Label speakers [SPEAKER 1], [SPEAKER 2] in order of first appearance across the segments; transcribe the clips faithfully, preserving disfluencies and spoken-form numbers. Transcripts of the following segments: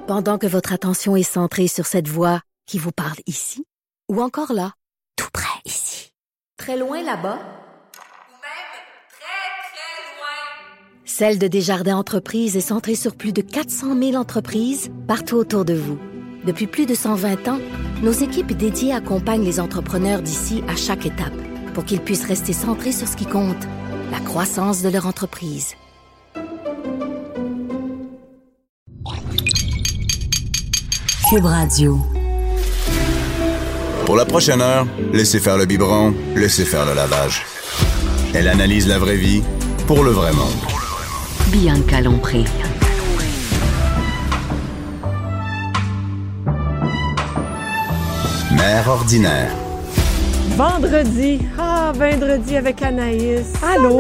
[SPEAKER 1] Pendant que votre attention est centrée sur cette voix qui vous parle ici, ou encore là, tout près ici, très loin là-bas, ou même très, très loin, Celle de Desjardins Entreprises est centrée sur plus de quatre cent mille entreprises partout autour de vous. Depuis plus de cent vingt ans, nos équipes dédiées accompagnent les entrepreneurs d'ici à chaque étape pour qu'ils puissent rester centrés sur ce qui compte, la croissance de leur entreprise.
[SPEAKER 2] Cube Radio.
[SPEAKER 3] Pour la prochaine heure, laissez faire le biberon, laissez faire le lavage. Elle analyse la vraie vie pour le vrai monde.
[SPEAKER 2] Bianca Lompré.
[SPEAKER 3] Mère ordinaire.
[SPEAKER 4] Vendredi. Ah, vendredi avec Anaïs. Allô?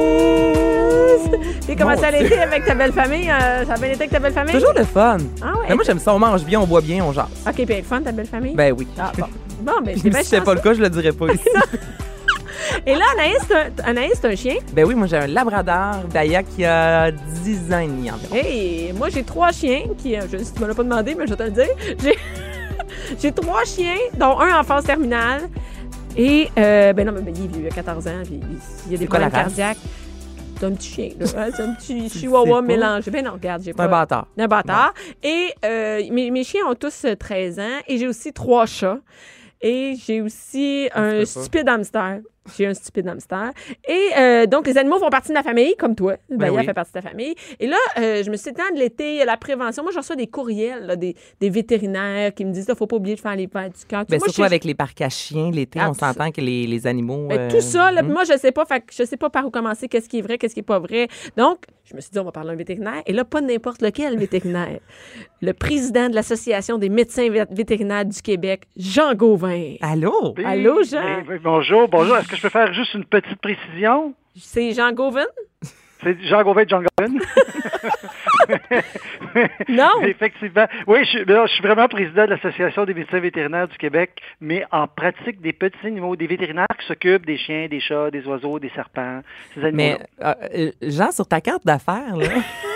[SPEAKER 4] Et comment ça a été avec ta belle famille? Euh, ça a bien été avec ta belle famille?
[SPEAKER 5] Toujours le fun.
[SPEAKER 4] Ah ouais?
[SPEAKER 5] Mais moi, j'aime ça. On mange bien, on boit bien, on jase.
[SPEAKER 4] OK, puis elle est fun, ta belle famille?
[SPEAKER 5] Ben oui.
[SPEAKER 4] Ah, bon. Bon, ben, c'est
[SPEAKER 5] Si
[SPEAKER 4] bien
[SPEAKER 5] c'était pas le cas, je le dirais pas ici.
[SPEAKER 4] Et là, Anaïs, c'est un, Anaïs, c'est un chien?
[SPEAKER 5] Ben oui, moi, j'ai un labrador, Daya, qui a dix ans et demi environ.
[SPEAKER 4] Hey, moi, j'ai trois chiens qui... Je ne sais si tu me l'as pas demandé, mais je vais te le dire. J'ai, j'ai trois chiens, dont un en phase terminale. Et, euh, ben non, mais ben, il est vieux, il a quatorze ans, puis il y a des problèmes cardiaques. C'est un petit chien, là. Hein? C'est un petit chihuahua mélangé. Ben non, regarde, j'ai pas...
[SPEAKER 5] Un bâtard.
[SPEAKER 4] Un bâtard. Et euh, mes, mes chiens ont tous treize ans. Et j'ai aussi trois chats. Et j'ai aussi un stupide hamster. J'ai un stupide hamster. Et euh, donc, les animaux font partie de la famille, comme toi. Baya ben oui. fait partie de ta famille. Et là, euh, je me suis dit, tant de l'été, la prévention. Moi, je reçois des courriels, là, des, des vétérinaires qui me disent, il ne faut pas oublier de faire les paires du cœur.
[SPEAKER 5] Ben
[SPEAKER 4] moi,
[SPEAKER 5] surtout avec les parcs à chiens, l'été, ah, on s'entend ça. que les, les animaux...
[SPEAKER 4] Ben,
[SPEAKER 5] euh...
[SPEAKER 4] tout ça, là,
[SPEAKER 5] mm.
[SPEAKER 4] moi, je ne sais pas. Fait que je sais pas par où commencer, qu'est-ce qui est vrai, qu'est-ce qui n'est pas vrai. Donc, je me suis dit, on va parler d'un vétérinaire. Et là, pas n'importe lequel vétérinaire. Le président de l'Association des médecins vétérinaires du Québec, Jean Gauvin.
[SPEAKER 5] Allô?
[SPEAKER 6] Oui,
[SPEAKER 4] Allô, Jean?
[SPEAKER 6] Oui, oui, bonjour, bonjour. Est-ce que je peux faire juste une petite précision?
[SPEAKER 4] C'est Jean Gauvin?
[SPEAKER 6] C'est Jean Gauvin de Jean Gauvin.
[SPEAKER 4] Non.
[SPEAKER 6] Effectivement. Oui, je, je suis vraiment président de l'Association des médecins vétérinaires du Québec, mais en pratique des petits animaux, des vétérinaires qui s'occupent des chiens, des chats, des oiseaux, des serpents, ces animaux.
[SPEAKER 5] Mais, euh, Jean, sur ta carte d'affaires, là...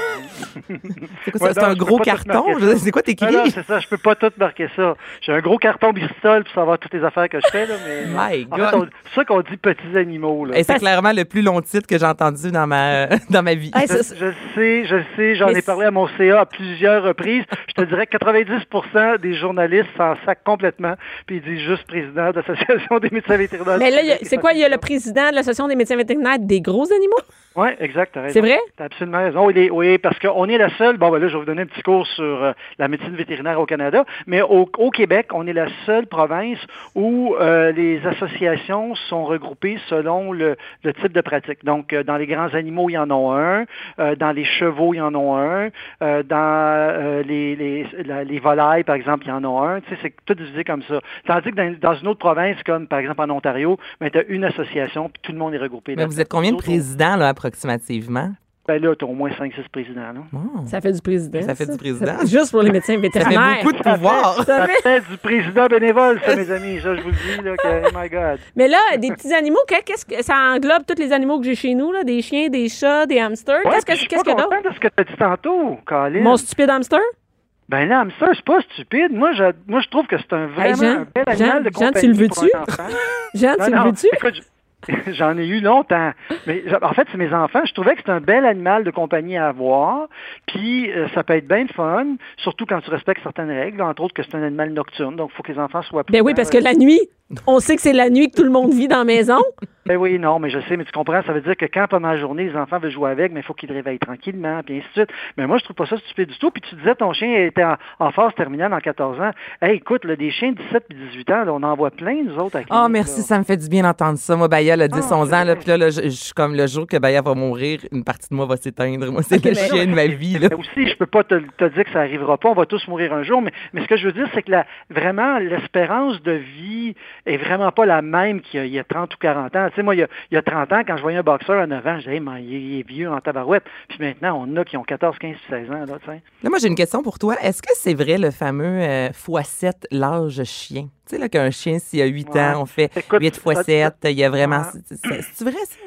[SPEAKER 5] C'est quoi ça?
[SPEAKER 6] Ouais,
[SPEAKER 5] c'est
[SPEAKER 6] non,
[SPEAKER 5] un gros carton? Je, c'est quoi t'écris?
[SPEAKER 6] Non, non, c'est ça. Je peux pas tout marquer ça. J'ai un gros carton Bristol pour savoir toutes les affaires que je fais, là, mais...
[SPEAKER 5] My
[SPEAKER 6] en
[SPEAKER 5] God!
[SPEAKER 6] fait, on, c'est ça qu'on dit petits animaux, là.
[SPEAKER 5] Et c'est clairement le plus long titre que j'ai entendu dans ma, dans ma vie.
[SPEAKER 4] Hey,
[SPEAKER 6] je, je sais, je sais. J'en mais ai parlé à mon C A à plusieurs reprises. Je te dirais que quatre-vingt-dix pour cent des journalistes s'en sacent complètement, puis ils disent juste président de l'Association des médecins vétérinaires.
[SPEAKER 4] Mais là, y a, c'est quoi? Il y a le président de l'Association des médecins vétérinaires des gros animaux?
[SPEAKER 6] Oui, exact.
[SPEAKER 4] C'est vrai?
[SPEAKER 6] T'as absolument raison. Oui, oui, parce qu'on est la seule... Bon, ben là, je vais vous donner un petit cours sur euh, la médecine vétérinaire au Canada, mais au, au Québec, on est la seule province où euh, les associations sont regroupées selon le, le type de pratique. Donc, euh, dans les grands animaux, il y en a un. Euh, dans les chevaux, il y en a un. Euh, dans euh, les, les, la, les volailles, par exemple, il y en a un. Tu sais, c'est tout divisé comme ça. Tandis que dans, dans une autre province, comme par exemple en Ontario, ben, tu as une association, puis tout le monde est regroupé.
[SPEAKER 5] Mais vous êtes combien de présidents, là, approximativement?
[SPEAKER 6] Ben là, t'as au moins cinq six présidents, là.
[SPEAKER 4] Oh. Ça fait du président.
[SPEAKER 5] Ça fait du président.
[SPEAKER 4] Juste pour les médecins vétérinaires.
[SPEAKER 5] Ça fait beaucoup de pouvoir.
[SPEAKER 6] Ça fait, ça fait du président bénévole, ça, mes amis. Ça, je vous le dis, là, que, oh my God.
[SPEAKER 4] Mais là, des petits animaux, qu'est-ce que ça englobe tous les animaux que j'ai chez nous, là? Des chiens, des chats, des hamsters.
[SPEAKER 6] Ouais,
[SPEAKER 4] qu'est-ce que,
[SPEAKER 6] je suis
[SPEAKER 4] qu'est-ce
[SPEAKER 6] pas
[SPEAKER 4] que d'autre?
[SPEAKER 6] content de ce que t'as dit tantôt, Colin.
[SPEAKER 4] Mon stupide hamster?
[SPEAKER 6] Ben là, hamster, c'est pas stupide. Moi, je, moi, je trouve que c'est un vraiment
[SPEAKER 4] hey, Jean,
[SPEAKER 6] un bel animal
[SPEAKER 4] Jean,
[SPEAKER 6] de
[SPEAKER 4] Jean,
[SPEAKER 6] compagnie
[SPEAKER 4] tu le veux-tu?
[SPEAKER 6] pour un enfant.
[SPEAKER 4] Jean,
[SPEAKER 6] non,
[SPEAKER 4] tu
[SPEAKER 6] non,
[SPEAKER 4] le veux-tu?
[SPEAKER 6] Écoute, j'en ai eu longtemps. Mais en fait, c'est mes enfants. Je trouvais que c'était un bel animal de compagnie à avoir. Puis, euh, ça peut être bien fun, surtout quand tu respectes certaines règles, entre autres que c'est un animal nocturne. Donc, il faut que les enfants soient
[SPEAKER 4] Ben oui, parce que la nuit, on sait que c'est la nuit que tout le monde vit dans la maison.
[SPEAKER 6] Ben oui, non, mais je sais, mais tu comprends, ça veut dire que quand pendant la journée, les enfants veulent jouer avec, mais il faut qu'ils le réveillent tranquillement, puis ainsi de suite. Mais moi, je trouve pas ça stupide du tout. Puis tu disais, ton chien était en, en phase terminale en quatorze ans. Hey, écoute, là, des chiens de dix-sept puis dix-huit ans, là, on en voit plein, nous autres.
[SPEAKER 5] Ah, oh, merci,
[SPEAKER 6] là.
[SPEAKER 5] Ça me fait du bien d'entendre ça. Moi, Baya, a dix onze
[SPEAKER 6] ah,
[SPEAKER 5] ans, là, puis là, là, je, je suis comme le jour que Baya va mourir, une partie de moi va s'éteindre. Moi, c'est okay, le chien de ma vie, là.
[SPEAKER 6] Mais aussi, je peux pas te, te dire que ça arrivera pas, on va tous mourir un jour, mais, mais ce que je veux dire, c'est que la, vraiment, l'espérance de vie est vraiment pas la même qu'il y a, il y a trente ou quarante ans. Tu sais, moi, il y a, il y a trente ans, quand je voyais un boxeur à neuf ans, je disais, hey, man, il est vieux en tabarouette. Puis maintenant, on en a qui ont quatorze, quinze, seize ans. Là,
[SPEAKER 5] là, moi, j'ai une question pour toi. Est-ce que c'est vrai le fameux euh, fois sept l'âge chien? Tu sais, là, qu'un chien, s'il a huit ouais. ans, on fait Écoute, huit fois sept, il y a vraiment... Ouais. C'est, c'est vrai, ça?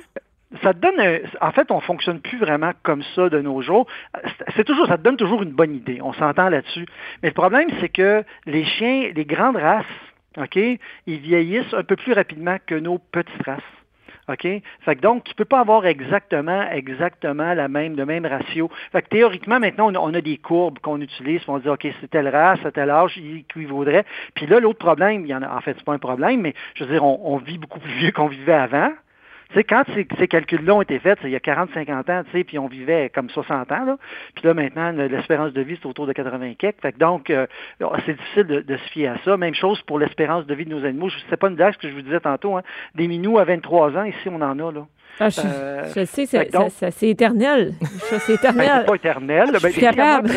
[SPEAKER 6] ça te donne, un, en fait, on fonctionne plus vraiment comme ça de nos jours. C'est toujours, ça te donne toujours une bonne idée. On s'entend là-dessus. Mais le problème, c'est que les chiens, les grandes races, OK, ils vieillissent un peu plus rapidement que nos petites races. OK? Fait que donc, tu peux pas avoir exactement, exactement la même, le même ratio. Fait que théoriquement, maintenant, on a, on a des courbes qu'on utilise. On dit, OK, c'est telle race, à tel âge, il équivaudrait. Puis là, l'autre problème, il y en a, en fait, c'est pas un problème, mais je veux dire, on, on vit beaucoup plus vieux qu'on vivait avant. Tu sais, quand ces, ces calculs-là ont été faits, il y a quarante cinquante ans, tu sais, puis on vivait comme soixante ans, là. Puis là, maintenant, l'espérance de vie, c'est autour de quatre-vingts quelques. Fait que donc, euh, c'est difficile de, de se fier à ça. Même chose pour l'espérance de vie de nos animaux. C'est pas une blague, ce que je vous disais tantôt, hein. Des minous à vingt-trois ans, ici, on en a, là.
[SPEAKER 4] Ah, je, euh, je sais, c'est, donc, ça, ça, c'est éternel. Ça, c'est éternel.
[SPEAKER 6] Ben, c'est pas éternel.
[SPEAKER 4] Je suis
[SPEAKER 6] ben,
[SPEAKER 4] capable.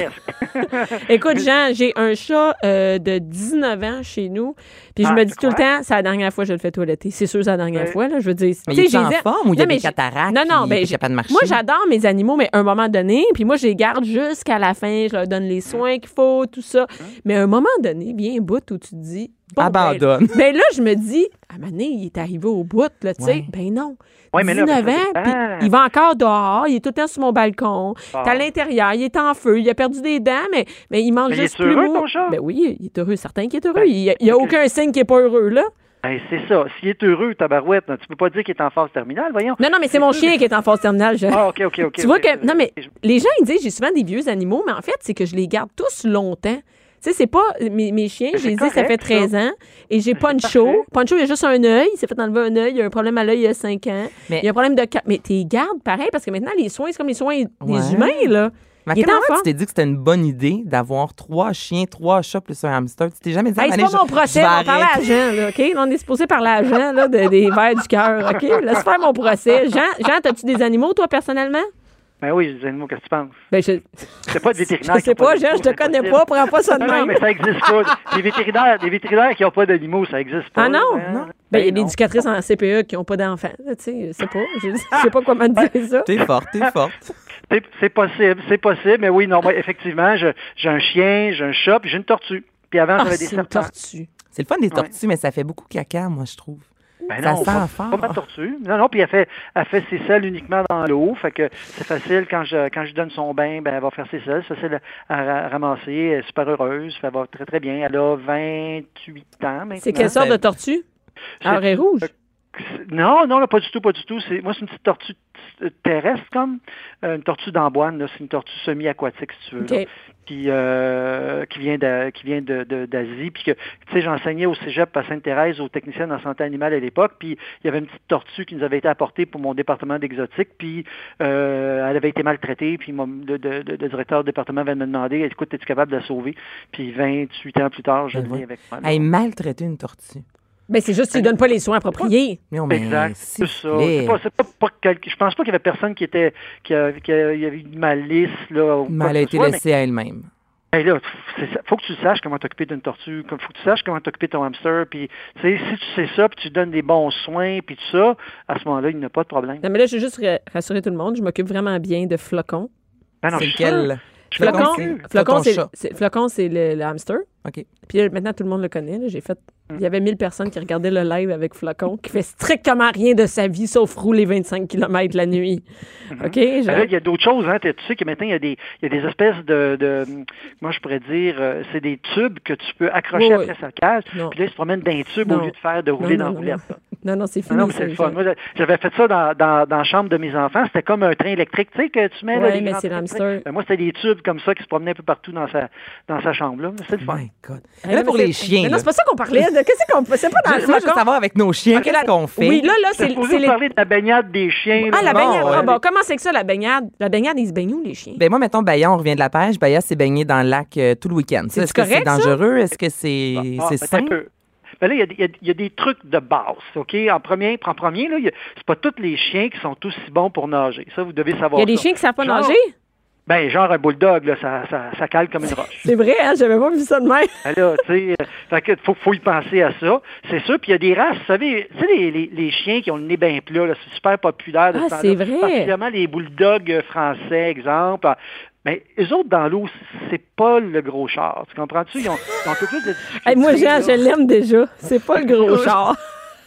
[SPEAKER 4] Écoute, Jean, j'ai un chat euh, de dix-neuf ans chez nous. Puis je ah, me dis tout le temps, c'est la dernière fois que je le fais toiletter. C'est sûr, c'est la dernière ouais. fois. Là, je veux dire.
[SPEAKER 5] Mais il est en forme ou il y a non, des cataractes?
[SPEAKER 4] Non, non, ben,
[SPEAKER 5] il est capable de marcher?
[SPEAKER 4] Moi, j'adore mes animaux, mais à un moment donné, puis moi, je les garde jusqu'à la fin. Je leur donne les soins qu'il faut, tout ça. Mais à un moment donné, vient un bout où tu te dis...
[SPEAKER 5] Bon, abandonne.
[SPEAKER 4] Ben, ben là, je me dis, à un moment donné, il est arrivé au bout, là, tu sais. Ouais. Ben non.
[SPEAKER 6] Ouais, mais
[SPEAKER 4] dix-neuf là, ans, puis il va encore dehors, il est tout le temps sur mon balcon, ah. t'es à l'intérieur, il est en feu, il a perdu des dents, mais, mais il mange
[SPEAKER 6] mais
[SPEAKER 4] juste
[SPEAKER 6] il est
[SPEAKER 4] plus
[SPEAKER 6] heureux,
[SPEAKER 4] mou.
[SPEAKER 6] Ton chat?
[SPEAKER 4] Ben oui, il est heureux, certain qu'il est heureux. Ben, il n'y a, a aucun signe qu'il n'est pas heureux, là.
[SPEAKER 6] Ben, c'est ça. S'il est heureux, tabarouette, tu peux pas dire qu'il est en phase terminale, voyons.
[SPEAKER 4] Non, non, mais c'est, c'est mon chien qui est en phase terminale. Je...
[SPEAKER 6] Ah, OK, OK, OK.
[SPEAKER 4] Tu vois
[SPEAKER 6] okay.
[SPEAKER 4] que... Non, mais les gens, ils disent, j'ai souvent des vieux animaux, mais en fait, c'est que je les garde tous longtemps. Tu sais, c'est pas... Mes, mes chiens, j'ai dit, ça fait treize ans, et j'ai Poncho. Poncho, il a juste un œil. Il s'est fait enlever un œil. Il a un problème à l'œil il y a cinq ans. Mais... Il y a un problème de... Mais tu les gardes pareil, parce que maintenant, les soins, c'est comme les soins des ouais. humains, là.
[SPEAKER 5] Mais à quel moment tu t'es dit que c'était une bonne idée d'avoir trois chiens, trois chats plus un hamster? Tu t'es jamais dit...
[SPEAKER 4] Hey, c'est pas mon procès, on parle à Jean, là, OK? Là, on est supposé parler à Jean, là, de, des vers du cœur, OK? Laisse faire mon procès. Jean, Jean, as-tu des animaux, toi, personnellement?
[SPEAKER 6] Ben oui, j'ai des animaux, qu'est-ce que tu penses?
[SPEAKER 4] Ben je...
[SPEAKER 6] C'est pas de vétérinaires.
[SPEAKER 4] Je sais pas, Jean, je te connais pas, prends pas ça de même.
[SPEAKER 6] Non, mais ça existe pas. Des vétérinaires, des vétérinaires qui n'ont pas d'animaux, ça existe pas.
[SPEAKER 4] Ah non?
[SPEAKER 6] Hein?
[SPEAKER 4] non. Ben, il y a des éducatrices en C P E qui n'ont pas d'enfants. Tu sais, je sais pas. Je sais pas comment te dire ça.
[SPEAKER 5] T'es forte, t'es forte.
[SPEAKER 6] C'est, c'est possible, c'est possible, mais oui, non, moi, effectivement, je, j'ai un chien, j'ai un chat, puis j'ai une tortue. Puis avant,
[SPEAKER 4] oh,
[SPEAKER 6] j'avais des serpents.
[SPEAKER 4] Tortues.
[SPEAKER 5] C'est le fun des tortues, ouais. mais ça fait beaucoup caca, moi, je trouve.
[SPEAKER 6] Ben
[SPEAKER 5] ça
[SPEAKER 6] non,
[SPEAKER 5] sent
[SPEAKER 6] pas,
[SPEAKER 5] fort.
[SPEAKER 6] Pas ma tortue. Non, non, puis elle fait, elle fait ses selles uniquement dans l'eau. Fait que c'est facile, quand je, quand je donne son bain, ben, elle va faire ses selles. C'est facile à, à ramasser. Elle est super heureuse. Elle va très, très bien. Elle a vingt-huit ans maintenant.
[SPEAKER 4] C'est quelle sorte de tortue? Alors, elle est rouge?
[SPEAKER 6] Non, non, là, pas du tout, pas du tout. C'est, moi, c'est une petite tortue terrestre, comme euh, une tortue d'amboine. Là, c'est une tortue semi-aquatique, si tu veux.
[SPEAKER 4] Okay.
[SPEAKER 6] Là. Puis euh, qui vient de, qui vient de, de, d'Asie. Puis que, tu sais, j'enseignais au cégep à Sainte-Thérèse aux techniciennes en santé animale à l'époque. Puis il y avait une petite tortue qui nous avait été apportée pour mon département d'exotique. Puis euh, elle avait été maltraitée. Puis mon, le, le, le directeur du département vient de me demander, écoute, es-tu capable de la sauver? Puis vingt-huit ans plus tard, je
[SPEAKER 5] ben
[SPEAKER 6] l'ai avec moi.
[SPEAKER 5] Elle maltraité une tortue.
[SPEAKER 4] Ben, c'est juste qu'ils ne donnent pas les soins appropriés.
[SPEAKER 5] Non, mais
[SPEAKER 6] exact, c'est ça. C'est pas, c'est pas, pas quelque... Je pense pas qu'il y avait personne qui était qui, a, qui a, il y avait une malice là.
[SPEAKER 5] Mais elle a été laissée mais... à elle-même.
[SPEAKER 6] Ben là, c'est, faut que tu saches comment t'occuper d'une tortue, faut que tu saches comment t'occuper de ton hamster, puis tu sais, si tu sais ça, puis tu donnes des bons soins, puis tout ça, à ce moment-là, il n'y a pas de problème.
[SPEAKER 4] Non, mais là, je veux juste rassurer tout le monde, je m'occupe vraiment bien de Flocon.
[SPEAKER 6] Ben non,
[SPEAKER 5] c'est lequel?
[SPEAKER 4] Flocon, Flocon, c'est, Flocon, c'est, c'est, Flocon, c'est le, le hamster.
[SPEAKER 5] OK.
[SPEAKER 4] Puis là, maintenant, tout le monde le connaît. Là, j'ai fait... Il y avait mille personnes qui regardaient le live avec Flocon, qui fait strictement rien de sa vie, sauf rouler vingt-cinq kilomètres la nuit.
[SPEAKER 6] Mm-hmm.
[SPEAKER 4] OK? Genre...
[SPEAKER 6] Ben là, il y a d'autres choses. Hein. Tu sais que maintenant, il y a des, il y a des espèces de, de... Moi, je pourrais dire, euh, c'est des tubes que tu peux accrocher oui, après sa cage. Puis là, ils se promènent d'un tube non. au lieu de faire de rouler
[SPEAKER 4] non,
[SPEAKER 6] dans la roulette.
[SPEAKER 4] Non, non, c'est fini.
[SPEAKER 6] Non, non, c'est le fun. Moi, j'avais fait ça dans, dans, dans la chambre de mes enfants. C'était comme un train électrique, tu sais, que tu mets...
[SPEAKER 4] Oui, mais c'est l'hamster.
[SPEAKER 6] Ben, moi, c'était des tubes comme ça qui se promenaient un peu partout dans sa, dans sa chambre. Là. C'est le fun.
[SPEAKER 5] My God. Et là, pour les chiens...
[SPEAKER 4] Mais non, c'est pas ça qu'on parlait. De... Qu'est-ce qu'on... C'est pas dans le
[SPEAKER 5] Moi, je veux savoir avec nos chiens, qu'est-ce qu'on fait?
[SPEAKER 4] Oui, là, là, c'est...
[SPEAKER 6] C'est supposé
[SPEAKER 4] les...
[SPEAKER 6] parler de la baignade des chiens.
[SPEAKER 4] Ah, la baignade.
[SPEAKER 5] Bon,
[SPEAKER 4] ah,
[SPEAKER 5] ouais.
[SPEAKER 4] bon, comment c'est que ça, la baignade? La baignade, ils se baignent où, les chiens?
[SPEAKER 5] Ben moi, mettons, Baya, on revient de la pêche. Baya s'est baigné dans le lac euh, tout le week-end.
[SPEAKER 4] C'est
[SPEAKER 5] Est-ce que
[SPEAKER 4] correct,
[SPEAKER 5] c'est dangereux? Est-ce que c'est,
[SPEAKER 6] ah,
[SPEAKER 5] c'est
[SPEAKER 6] ah,
[SPEAKER 5] sain?
[SPEAKER 6] Ben là, il y, y, y a des trucs de base, OK? En premier, en premier là, y a, c'est pas tous les chiens qui sont aussi bons pour nager. Ça, vous devez savoir.
[SPEAKER 4] Il y a des
[SPEAKER 6] ça.
[SPEAKER 4] chiens qui savent pas
[SPEAKER 6] genre,
[SPEAKER 4] nager?
[SPEAKER 6] Ben, genre un bulldog, là, ça, ça, ça cale comme une roche.
[SPEAKER 4] C'est vrai, hein? J'avais pas vu ça de même.
[SPEAKER 6] Ben là, tu sais, euh, fait que faut, faut y penser à ça. C'est sûr, puis il y a des races, vous savez, tu sais, les, les, les chiens qui ont le nez bien plat, là, c'est super populaire. De
[SPEAKER 4] ah, c'est vrai.
[SPEAKER 6] Particulièrement les bulldogs français, exemple. Mais eux autres, dans l'eau, c'est pas le gros char. Tu comprends-tu? Ils ont, ils ont un peu plus de difficultés.
[SPEAKER 4] Hey, moi, Jean, je l'aime déjà. C'est pas le gros char.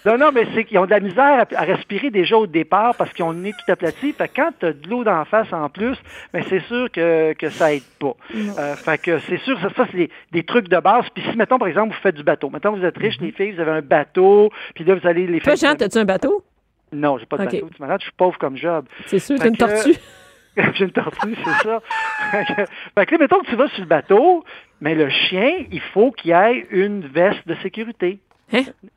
[SPEAKER 6] Non, non, mais c'est qu'ils ont de la misère à, à respirer déjà au départ parce qu'ils ont le nez tout aplati. Fait que quand tu as de l'eau d'en face en plus, ben c'est sûr que, que ça aide pas. Euh, fait que c'est sûr, ça, ça c'est des, des trucs de base. Puis si, mettons, par exemple, vous faites du bateau. Mettons, vous êtes riches, les filles, vous avez un bateau, puis là, vous allez les faire...
[SPEAKER 4] Toi, Jean, as-tu un bateau?
[SPEAKER 6] Non, j'ai pas de
[SPEAKER 4] okay.
[SPEAKER 6] bateau. Tu m'arrêtes, je suis pauvre comme job.
[SPEAKER 4] C'est sûr, t'as une tortue.
[SPEAKER 6] J'ai une tortue, c'est ça. Fait que là, mettons que tu vas sur le bateau, mais le chien, il faut qu'il ait une veste de sécurité.
[SPEAKER 4] Hein?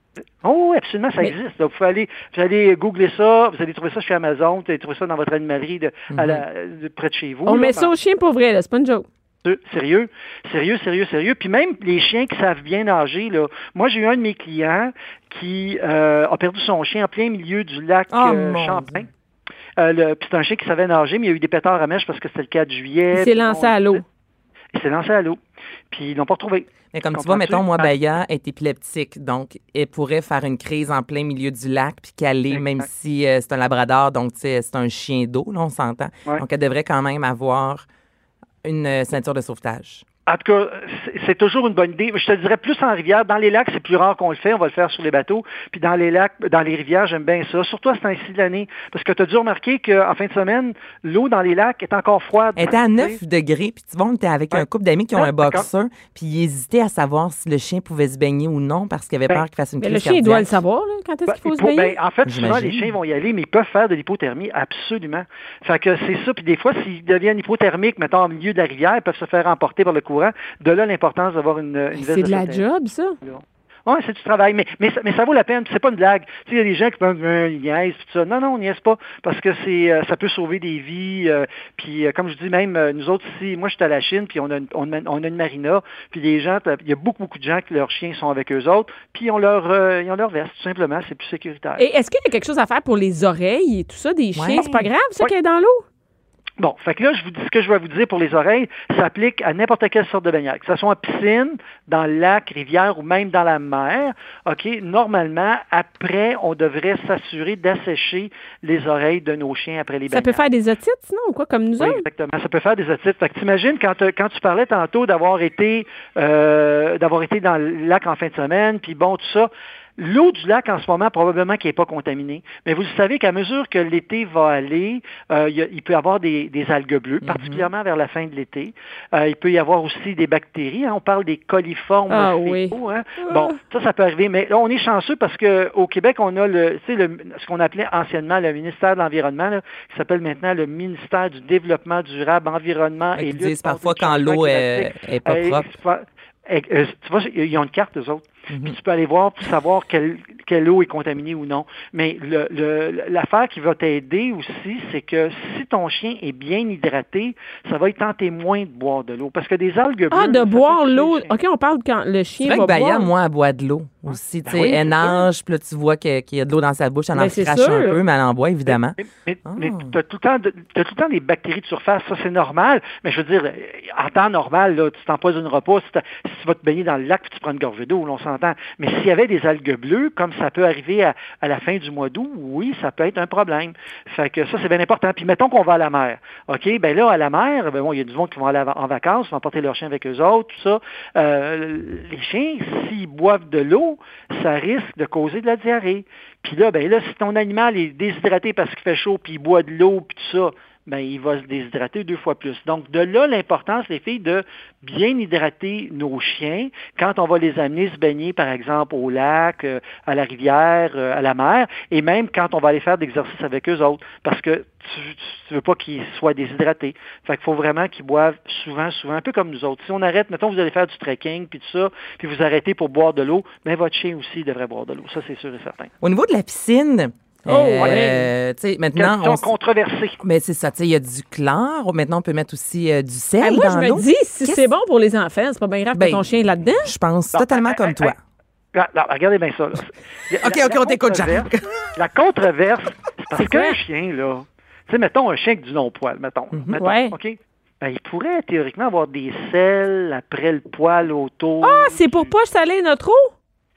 [SPEAKER 6] Oh, oui, absolument, ça mais... existe. Donc, vous allez, vous allez googler ça, vous allez trouver ça chez Amazon, vous allez trouver ça dans votre animalerie de, mm-hmm. à la, de, près de chez vous.
[SPEAKER 4] On
[SPEAKER 6] là,
[SPEAKER 4] met
[SPEAKER 6] dans...
[SPEAKER 4] ça au chien pour vrai, là, c'est pas une joke.
[SPEAKER 6] Sérieux, sérieux, sérieux, sérieux. Puis même les chiens qui savent bien nager, là. Moi, j'ai eu un de mes clients qui euh, a perdu son chien en plein milieu du lac
[SPEAKER 4] oh,
[SPEAKER 6] euh, Champlain. Euh, le, puis c'est un chien qui savait nager, mais il y a eu des pétards à mèche parce que c'était le quatre juillet.
[SPEAKER 4] Il s'est lancé
[SPEAKER 6] bon,
[SPEAKER 4] à l'eau.
[SPEAKER 6] Il s'est lancé à l'eau. Puis ils l'ont pas retrouvé.
[SPEAKER 5] Mais comme tu vois, mettons, moi, Baya est épileptique, donc elle pourrait faire une crise en plein milieu du lac puis caler, exact. Même si euh, c'est un labrador, donc tu sais, c'est un chien d'eau, là, on s'entend. Ouais. Donc elle devrait quand même avoir une euh, ceinture de sauvetage.
[SPEAKER 6] En tout cas, c'est toujours une bonne idée. Je te dirais plus en rivière. Dans les lacs, c'est plus rare qu'on le fait. On va le faire sur les bateaux. Puis dans les lacs, dans les rivières, j'aime bien ça. Surtout à ce temps-ci de l'année. Parce que tu as dû remarquer qu'en fin de semaine, l'eau dans les lacs est encore froide.
[SPEAKER 5] Elle était à neuf degrés. Puis tu vois, on était avec ouais. un couple d'amis qui ont ah, un boxeur. Puis ils hésitaient à savoir si le chien pouvait se baigner ou non parce qu'il avait
[SPEAKER 6] ben,
[SPEAKER 5] peur qu'il fasse une
[SPEAKER 4] crise
[SPEAKER 5] cardiaque.
[SPEAKER 4] Le chien, il doit le savoir, là, quand est-ce qu'il faut ben, se baigner?
[SPEAKER 6] Ben, en fait, souvent, les chiens vont y aller, mais ils peuvent faire de l'hypothermie, absolument. Fait que c'est ça. Puis des fois, s'ils deviennent hypothermiques, mettons, au milieu de la rivière, ils peuvent se faire emporter par le courant. De là, l'importance d'avoir une, une veste
[SPEAKER 4] c'est de,
[SPEAKER 6] de
[SPEAKER 4] la job, ça?
[SPEAKER 6] Oui, c'est du travail, mais, mais, mais ça vaut la peine, c'est pas une blague. Tu sais, il y a des gens qui peuvent euh, ils niaisent, tout ça. Non, non, on niaise pas, parce que c'est euh, ça peut sauver des vies. Euh, puis, euh, comme je dis, même euh, nous autres ici, moi, je suis à la Chine, puis on a, une, on, a, on a une marina, puis les gens, il y a beaucoup, beaucoup de gens que leurs chiens sont avec eux autres, puis ils ont leur, euh, ils ont leur veste, tout simplement, c'est plus sécuritaire.
[SPEAKER 4] Et est-ce qu'il y a quelque chose à faire pour les oreilles et tout ça, des chiens? Ouais. C'est pas grave, ça, ouais. Qui est dans l'eau?
[SPEAKER 6] Bon, fait que là, je vous dis ce que je vais vous dire pour les oreilles, ça s'applique à n'importe quelle sorte de baignade, que ce soit en piscine, dans le lac, rivière ou même dans la mer. OK, normalement, après, on devrait s'assurer d'assécher les oreilles de nos chiens après les baignades.
[SPEAKER 4] Ça peut faire des otites, sinon, ou quoi, comme nous
[SPEAKER 6] oui,
[SPEAKER 4] autres?
[SPEAKER 6] Exactement, ça peut faire des otites. Fait que t'imagines, quand, quand tu parlais tantôt d'avoir été, euh, d'avoir été dans le lac en fin de semaine, puis bon, tout ça, l'eau du lac, en ce moment, probablement qu'elle n'est pas contaminée. Mais vous savez qu'à mesure que l'été va aller, euh, il, y a, il peut y avoir des, des algues bleues, mm-hmm. particulièrement vers la fin de l'été. Euh, il peut y avoir aussi des bactéries. Hein, on parle des coliformes
[SPEAKER 4] ah,
[SPEAKER 6] fécaux.
[SPEAKER 4] Oui.
[SPEAKER 6] Hein. Bon, ça, ça peut arriver. Mais là, on est chanceux parce qu'au Québec, on a le, tu sais, le, ce qu'on appelait anciennement le ministère de l'Environnement, là, qui s'appelle maintenant le ministère du Développement durable, Environnement
[SPEAKER 5] et
[SPEAKER 6] lutte.
[SPEAKER 5] Ils disent parfois quand l'eau est, est pas propre.
[SPEAKER 6] Et, euh, tu vois, ils ont une carte, eux autres. Mm-hmm. Puis tu peux aller voir pour savoir quelle, quelle eau est contaminée ou non. Mais le, le, l'affaire qui va t'aider aussi, c'est que si ton chien est bien hydraté, ça va y tenter moins de boire de l'eau. Parce que des algues bleues...
[SPEAKER 4] Ah, de boire l'eau. OK, on parle quand le chien
[SPEAKER 5] c'est
[SPEAKER 4] va
[SPEAKER 5] vrai que
[SPEAKER 4] boire.
[SPEAKER 5] Baya, moi, elle boit de l'eau aussi. Ben tu sais, oui, elle nage, puis là, tu vois qu'il y a de l'eau dans sa bouche, elle ben en crache sûr. un peu, mais elle en boit, évidemment.
[SPEAKER 6] Mais, mais, oh. mais tu as tout, tout le temps des bactéries de surface. Ça, c'est normal. Mais je veux dire, en temps normal, là, tu t'empoisonneras pas si, si tu vas te baigner dans le lac puis tu prends une gorgée d'eau, on s'entend. Mais s'il y avait des algues bleues, comme ça peut arriver à, à la fin du mois d'août, oui, ça peut être un problème. Fait que ça, c'est bien important. Puis mettons qu'on va à la mer. OK? Ben là, à la mer, ben bon, il y a du monde qui vont aller en vacances, vont porter leurs chiens avec eux autres, tout ça. Euh, les chiens, s'ils boivent de l'eau, ça risque de causer de la diarrhée. Puis là, ben là, si ton animal est déshydraté parce qu'il fait chaud, puis il boit de l'eau, puis tout ça, ben il va se déshydrater deux fois plus. Donc, de là, l'importance, les filles, de bien hydrater nos chiens quand on va les amener se baigner, par exemple, au lac, euh, à la rivière, euh, à la mer, et même quand on va aller faire d'exercice avec eux autres, parce que tu, tu veux pas qu'ils soient déshydratés. Fait qu'il faut vraiment qu'ils boivent souvent, souvent, un peu comme nous autres. Si on arrête, mettons, vous allez faire du trekking, puis tout ça, puis vous arrêtez pour boire de l'eau, bien, votre chien aussi devrait boire de l'eau. Ça, c'est sûr et certain.
[SPEAKER 5] Au niveau de la piscine...
[SPEAKER 6] Oh,
[SPEAKER 5] euh,
[SPEAKER 6] ouais.
[SPEAKER 5] Tu sais, maintenant.
[SPEAKER 6] Question on... controversée.
[SPEAKER 5] Mais c'est ça, tu sais, il y a du chlore. Maintenant, on peut mettre aussi euh, du sel
[SPEAKER 4] ah, moi,
[SPEAKER 5] dans l'eau.
[SPEAKER 4] Moi, je me dis, si Qu'est-ce... c'est bon pour les enfants, c'est pas bien grave ben, que ton chien est là-dedans.
[SPEAKER 5] Je pense non, totalement
[SPEAKER 6] ah,
[SPEAKER 5] comme
[SPEAKER 6] ah,
[SPEAKER 5] toi.
[SPEAKER 6] Ah, non, regardez bien ça. Là.
[SPEAKER 5] La, OK, OK,
[SPEAKER 6] la
[SPEAKER 5] on t'écoute, Jean.
[SPEAKER 6] La controverse, c'est parce c'est qu'un chien, là, tu sais, mettons un chien avec du non-poil, mettons.
[SPEAKER 4] Mm-hmm.
[SPEAKER 6] mettons
[SPEAKER 4] ouais.
[SPEAKER 6] OK? Ben, il pourrait théoriquement avoir des sels après le poil autour.
[SPEAKER 4] Ah, c'est pour pas saler notre eau?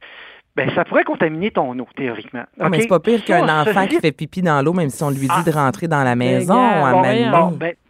[SPEAKER 6] Ben, ça pourrait contaminer ton eau, théoriquement.
[SPEAKER 5] Non, okay? Mais c'est pas pire qu'un ça, enfant qui fait pipi dans l'eau, même si on lui dit ah, de rentrer dans la maison.
[SPEAKER 6] Bon, ben, bon, ben,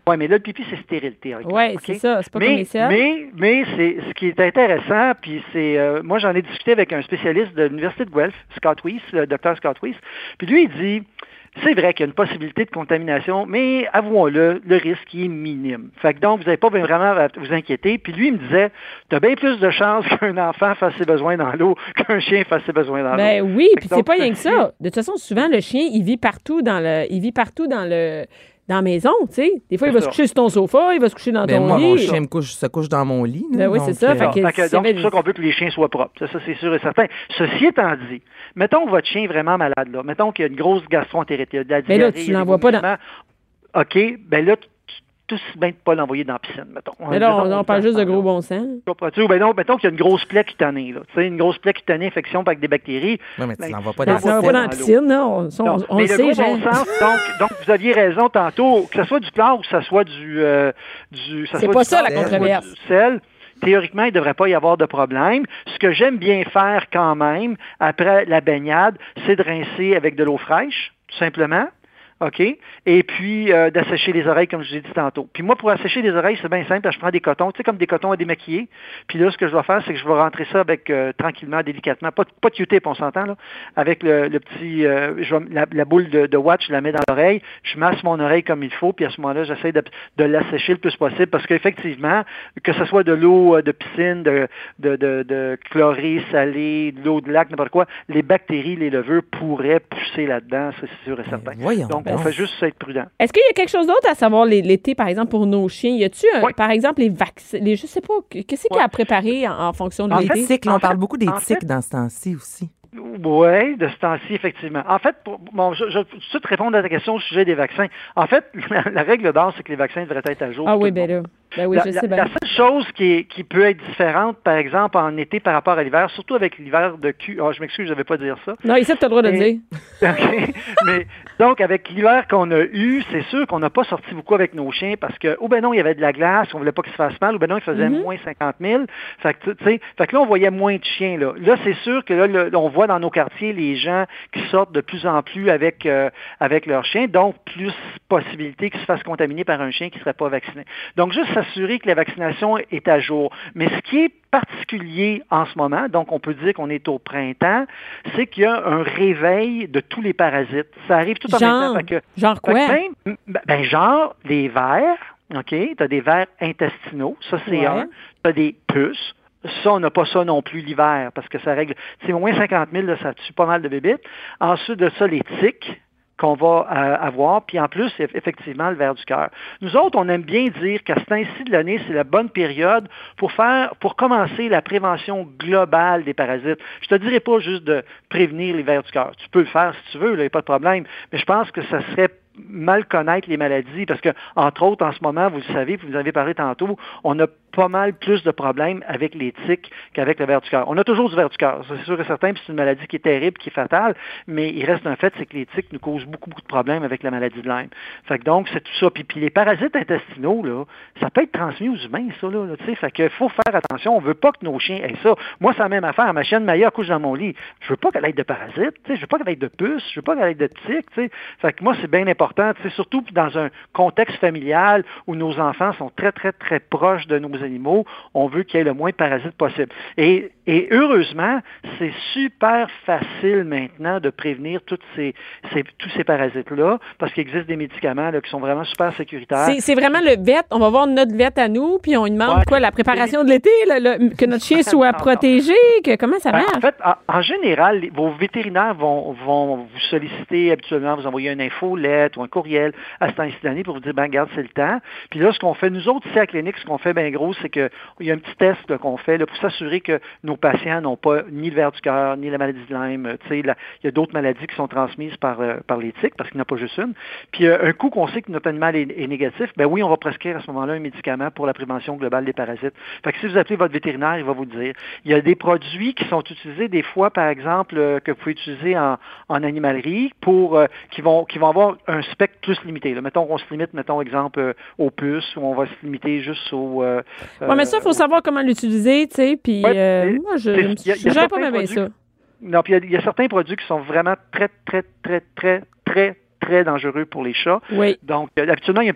[SPEAKER 6] Oui, mais là, le pipi, c'est stérile, théoriquement.
[SPEAKER 4] Oui,
[SPEAKER 6] okay?
[SPEAKER 4] c'est ça. C'est pas
[SPEAKER 6] mais,
[SPEAKER 4] commercial.
[SPEAKER 6] Mais, mais c'est, ce qui est intéressant, puis c'est... Euh, moi, j'en ai discuté avec un spécialiste de l'Université de Guelph, Scott Weiss, le docteur Scott Weiss, puis lui, il dit... C'est vrai qu'il y a une possibilité de contamination, mais avouons-le, le risque est minime. Fait que donc, vous n'avez pas vraiment à vous inquiéter. Puis lui, il me disait, tu as bien plus de chances qu'un enfant fasse ses besoins dans l'eau qu'un chien fasse ses besoins dans
[SPEAKER 4] ben
[SPEAKER 6] l'eau.
[SPEAKER 4] Ben oui, puis c'est pas
[SPEAKER 6] ceci...
[SPEAKER 4] rien que ça. De toute façon, souvent, le chien, il vit partout dans le, il vit partout dans le... dans la maison, tu sais. Des fois, il va se coucher sur ton sofa, il va se coucher dans
[SPEAKER 5] ben
[SPEAKER 4] ton
[SPEAKER 5] moi,
[SPEAKER 4] lit.
[SPEAKER 5] Mon chien me couche, se couche dans mon lit. Là,
[SPEAKER 4] ben oui,
[SPEAKER 5] donc,
[SPEAKER 4] c'est ça.
[SPEAKER 5] Euh...
[SPEAKER 4] Fait que,
[SPEAKER 6] fait que, donc, c'est pour ça qu'on veut que les chiens soient propres. Ça, ça, c'est sûr et certain. Ceci étant dit, mettons que votre chien est vraiment malade, là. Mettons qu'il y a une grosse gastroentérite, il y a de la diarrhée.
[SPEAKER 4] Mais là, tu l'envoies pas dans...
[SPEAKER 6] OK, ben là, tout aussi bien de pas l'envoyer dans la piscine, mettons.
[SPEAKER 4] Mais là, on, on, on parle juste de gros bon sens.
[SPEAKER 6] Ben non, mettons qu'il y a une grosse plaie cutanée, là. Tu sais, une grosse plaie cutanée, infection avec des bactéries.
[SPEAKER 5] Oui, mais tu
[SPEAKER 6] ben,
[SPEAKER 5] l'envoies pas dans la piscine.
[SPEAKER 4] Tu l'envoies pas dans la piscine, non. On, on,
[SPEAKER 6] non,
[SPEAKER 4] on
[SPEAKER 6] mais
[SPEAKER 4] le
[SPEAKER 6] le
[SPEAKER 4] sait,
[SPEAKER 6] gros
[SPEAKER 4] Jean.
[SPEAKER 6] bon sens, donc, donc, vous aviez raison tantôt, que ce soit du chlore ou que ce soit du... Euh, du ça
[SPEAKER 4] c'est
[SPEAKER 6] soit
[SPEAKER 4] pas
[SPEAKER 6] du
[SPEAKER 4] ça,
[SPEAKER 6] chlore,
[SPEAKER 4] la controverse.
[SPEAKER 6] Du sel. Théoriquement, il ne devrait pas y avoir de problème. Ce que j'aime bien faire quand même, après la baignade, c'est de rincer avec de l'eau fraîche, tout simplement. OK? Et puis, euh, d'assécher les oreilles, comme je vous ai dit tantôt. Puis moi, pour assécher les oreilles, c'est bien simple. Je prends des cotons, tu sais, comme des cotons à démaquiller. Puis là, ce que je vais faire, c'est que je vais rentrer ça avec, euh, tranquillement, délicatement. Pas, pas de Q-tip, on s'entend, là. Avec le, le petit, euh, je vais, la, la boule de, de watch, je la mets dans l'oreille. Je masse mon oreille comme il faut. Puis à ce moment-là, j'essaie de, de l'assécher le plus possible. Parce qu'effectivement, que ce soit de l'eau de piscine, de, de, de, de chlorée, salée, de l'eau de lac, n'importe quoi, les bactéries, les levures pourraient pousser là-dedans, ça, c'est sûr et certain.
[SPEAKER 5] Voyons.
[SPEAKER 6] Donc, on fait juste être prudent.
[SPEAKER 4] Est-ce qu'il y a quelque chose d'autre à savoir l'été, par exemple, pour nos chiens? Y a-tu, un,
[SPEAKER 6] oui.
[SPEAKER 4] par exemple, les vaccins? Les, je sais pas, qu'est-ce qu'il y a à préparer en, en fonction de
[SPEAKER 5] en
[SPEAKER 4] l'été?
[SPEAKER 5] Les tiques, on
[SPEAKER 6] en
[SPEAKER 5] parle
[SPEAKER 6] fait,
[SPEAKER 5] beaucoup des tiques
[SPEAKER 6] fait,
[SPEAKER 5] dans ce temps-ci aussi.
[SPEAKER 6] Oui, de ce temps-ci, effectivement. En fait, pour, bon, je, je vais tout de suite répondre à ta question au sujet des vaccins. En fait, la, la règle d'or, c'est que les vaccins devraient être à jour.
[SPEAKER 4] Ah oui, bien là. Ben oui,
[SPEAKER 6] la,
[SPEAKER 4] je
[SPEAKER 6] la,
[SPEAKER 4] sais bien.
[SPEAKER 6] La seule chose qui, est, qui peut être différente, par exemple, en été par rapport à l'hiver, surtout avec l'hiver de Q... Oh, je m'excuse, je ne devais pas dire ça.
[SPEAKER 4] Non, ici, tu as le droit de le dire.
[SPEAKER 6] Okay. Mais donc, avec l'hiver qu'on a eu, c'est sûr qu'on n'a pas sorti beaucoup avec nos chiens parce que, ou ben non, il y avait de la glace, on voulait pas qu'ils se fassent mal, ou ben non, il faisait
[SPEAKER 4] Mm-hmm.
[SPEAKER 6] moins cinquante mille. Fait que, tu sais, fait que là, on voyait moins de chiens, là. Là, c'est sûr que là, le, on voit dans nos quartiers les gens qui sortent de plus en plus avec, euh, avec leurs chiens, donc plus possibilité qu'ils se fassent contaminer par un chien qui ne serait pas vacciné. Donc, juste s'assurer que la vaccination est à jour. Mais ce qui est particulier en ce moment, donc on peut dire qu'on est au printemps, c'est qu'il y a un réveil de tous les parasites. Ça arrive tout en
[SPEAKER 4] genre,
[SPEAKER 6] même temps. Fait que,
[SPEAKER 4] genre quoi?
[SPEAKER 6] Fait que même, ben, genre les vers, OK? Tu as des vers intestinaux, ça c'est
[SPEAKER 4] ouais.
[SPEAKER 6] un. Tu as des puces. Ça, on n'a pas ça non plus l'hiver, parce que ça règle... C'est moins cinquante mille, là, ça tue pas mal de bébites. Ensuite de ça, les tiques qu'on va euh, avoir, puis en plus, effectivement, le ver du cœur. Nous autres, on aime bien dire qu'à ce temps-ci de l'année, c'est la bonne période pour faire, pour commencer la prévention globale des parasites. Je te dirais pas juste de prévenir les vers du cœur. Tu peux le faire si tu veux, il n'y a pas de problème, mais je pense que ça serait mal connaître les maladies, parce que, entre autres, en ce moment, vous le savez, vous en avez parlé tantôt, on a pas mal plus de problèmes avec les tiques qu'avec le ver du cœur. On a toujours du ver du cœur, c'est sûr et certain, puis c'est une maladie qui est terrible, qui est fatale, mais il reste un fait, c'est que les tiques nous causent beaucoup, beaucoup de problèmes avec la maladie de Lyme. Fait que donc, c'est tout ça. Puis, puis les parasites intestinaux, là, ça peut être transmis aux humains, ça, là, là tu sais, fait que faut faire attention, on veut pas que nos chiens aient ça. Moi, c'est la même affaire, ma chienne Maya couche dans mon lit. Je veux pas qu'elle ait de parasites, tu sais, je veux pas qu'elle ait de puces, je veux pas qu'elle ait de tiques, tu sais. Fait que moi, c'est bien important. C'est surtout dans un contexte familial où nos enfants sont très, très, très proches de nos animaux, on veut qu'il y ait le moins de parasites possible. Et, et heureusement, c'est super facile maintenant de prévenir toutes ces, ces, tous ces parasites-là, parce qu'il existe des médicaments là, qui sont vraiment super sécuritaires.
[SPEAKER 4] C'est, c'est vraiment le vet. On va voir notre vet à nous, puis on lui demande ouais, quoi, la préparation de l'été, là, le, que notre chien soit protégé, que, comment ça marche?
[SPEAKER 6] En fait, en, en général, les, vos vétérinaires vont, vont vous solliciter habituellement, vous envoyer une infolette ou un courriel à ce temps-ci de l'année pour vous dire, ben regarde, c'est le temps. Puis là, ce qu'on fait, nous autres, ici à la clinique, ce qu'on fait bien gros, c'est qu'il y a un petit test là, qu'on fait là, pour s'assurer que nos patients n'ont pas ni le ver du cœur, ni la maladie de Lyme. Tu sais, il y a d'autres maladies qui sont transmises par, euh, par les tiques, parce qu'il n'y en a pas juste une. Puis euh, un coup qu'on sait que notre animal est, est négatif, ben oui, on va prescrire à ce moment-là un médicament pour la prévention globale des parasites. Fait que si vous appelez votre vétérinaire, il va vous le dire. Il y a des produits qui sont utilisés des fois, par exemple, euh, que vous pouvez utiliser en, en animalerie pour euh, qui vont qui vont avoir un spectre plus limité. Là. Mettons qu'on se limite, mettons exemple, euh, aux puces, ou on va se limiter juste au... Euh,
[SPEAKER 4] oui, mais ça, il faut savoir comment l'utiliser, tu sais, puis
[SPEAKER 6] ouais,
[SPEAKER 4] euh, moi, je ne gère pas bien ça.
[SPEAKER 6] Non, puis il y, y a certains produits qui sont vraiment très, très, très, très, très, très dangereux pour les chats.
[SPEAKER 4] Oui.
[SPEAKER 6] Donc, euh, habituellement, il y a un petit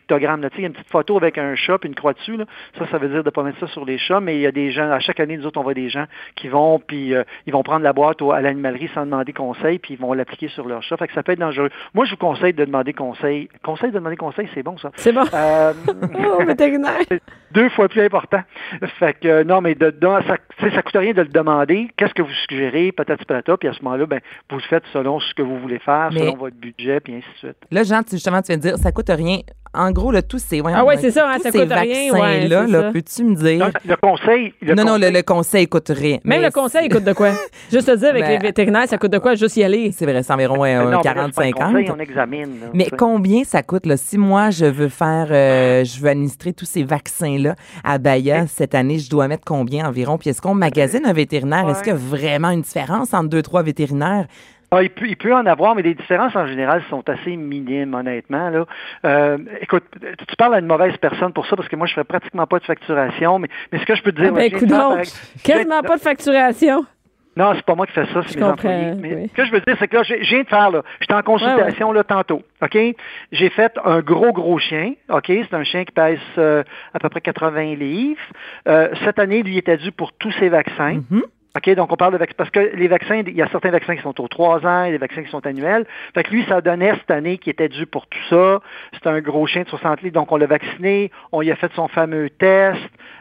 [SPEAKER 6] pictogramme. Là. Tu sais, il y a une petite photo avec un chat puis une croix dessus. Là. Ça, ça veut dire de ne pas mettre ça sur les chats, mais il y a des gens, à chaque année, nous autres, on voit des gens qui vont, puis euh, ils vont prendre la boîte au, à l'animalerie sans demander conseil, puis ils vont l'appliquer sur leur chat. Fait que ça peut être dangereux. Moi, je vous conseille de demander conseil. Conseil de demander conseil, c'est bon, ça.
[SPEAKER 4] C'est bon.
[SPEAKER 6] Euh,
[SPEAKER 4] oh, vétérinaire.
[SPEAKER 6] C'est deux fois plus important. Fait que, euh, non, mais de, de, ça ne coûte rien de le demander. Qu'est-ce que vous suggérez, patati patata, puis à ce moment-là, ben, vous le faites selon ce que vous voulez faire, mais selon votre budget, puis ainsi de suite.
[SPEAKER 5] Là, Jean, tu, justement, tu viens de dire, ça coûte rien. En gros, là, tous ces, voyons,
[SPEAKER 4] ah ouais, c'est ça, hein,
[SPEAKER 5] tous
[SPEAKER 4] ça
[SPEAKER 5] ces
[SPEAKER 4] coûte rien. Ouais,
[SPEAKER 5] là, là peux-tu me dire?
[SPEAKER 6] Non, le conseil. Le
[SPEAKER 5] non,
[SPEAKER 6] conseil.
[SPEAKER 5] non, le, le conseil coûte rien.
[SPEAKER 4] Même
[SPEAKER 5] mais
[SPEAKER 4] le conseil, il coûte de quoi? Juste te dire, avec
[SPEAKER 5] ben,
[SPEAKER 4] les vétérinaires, ça coûte de quoi juste y aller?
[SPEAKER 5] C'est vrai, c'est environ euh,
[SPEAKER 6] non,
[SPEAKER 5] quarante à cinquante.
[SPEAKER 6] Conseil, on examine. Là,
[SPEAKER 5] mais
[SPEAKER 6] t'sais.
[SPEAKER 5] Combien ça coûte, là? Si moi, je veux faire, euh, je veux administrer tous ces vaccins-là à Bahia cette année, je dois mettre combien environ? Puis est-ce qu'on magasine un vétérinaire?
[SPEAKER 6] Ouais.
[SPEAKER 5] Est-ce qu'il y a vraiment une différence entre deux, trois vétérinaires?
[SPEAKER 6] Ah, il, peut, il peut en avoir, mais les différences en général sont assez minimes, honnêtement. Là. Euh, écoute, tu parles à une mauvaise personne pour ça, parce que moi, je fais pratiquement pas de facturation, mais, mais ce que je peux te dire...
[SPEAKER 4] Ah ben,
[SPEAKER 6] moi,
[SPEAKER 4] écoute donc, quasiment pas de facturation.
[SPEAKER 6] Non, c'est pas moi qui fais ça, c'est
[SPEAKER 4] je
[SPEAKER 6] mes
[SPEAKER 4] comprends,
[SPEAKER 6] employés. Mais
[SPEAKER 4] oui.
[SPEAKER 6] ce que je veux dire, c'est que là, je viens de faire, là, j'étais en consultation
[SPEAKER 4] ouais, ouais.
[SPEAKER 6] là tantôt, OK? J'ai fait un gros, gros chien, OK? C'est un chien qui pèse euh, à peu près quatre-vingts livres. Euh, cette année, lui, il était dû pour tous ses vaccins.
[SPEAKER 5] Mm-hmm.
[SPEAKER 6] OK, donc on parle de vaccins, parce que les vaccins, il y a certains vaccins qui sont aux trois ans, et des vaccins qui sont annuels. Fait que lui, ça donnait cette année qui était dû pour tout ça. C'est un gros chien de soixante livres, donc on l'a vacciné, on y a fait son fameux test,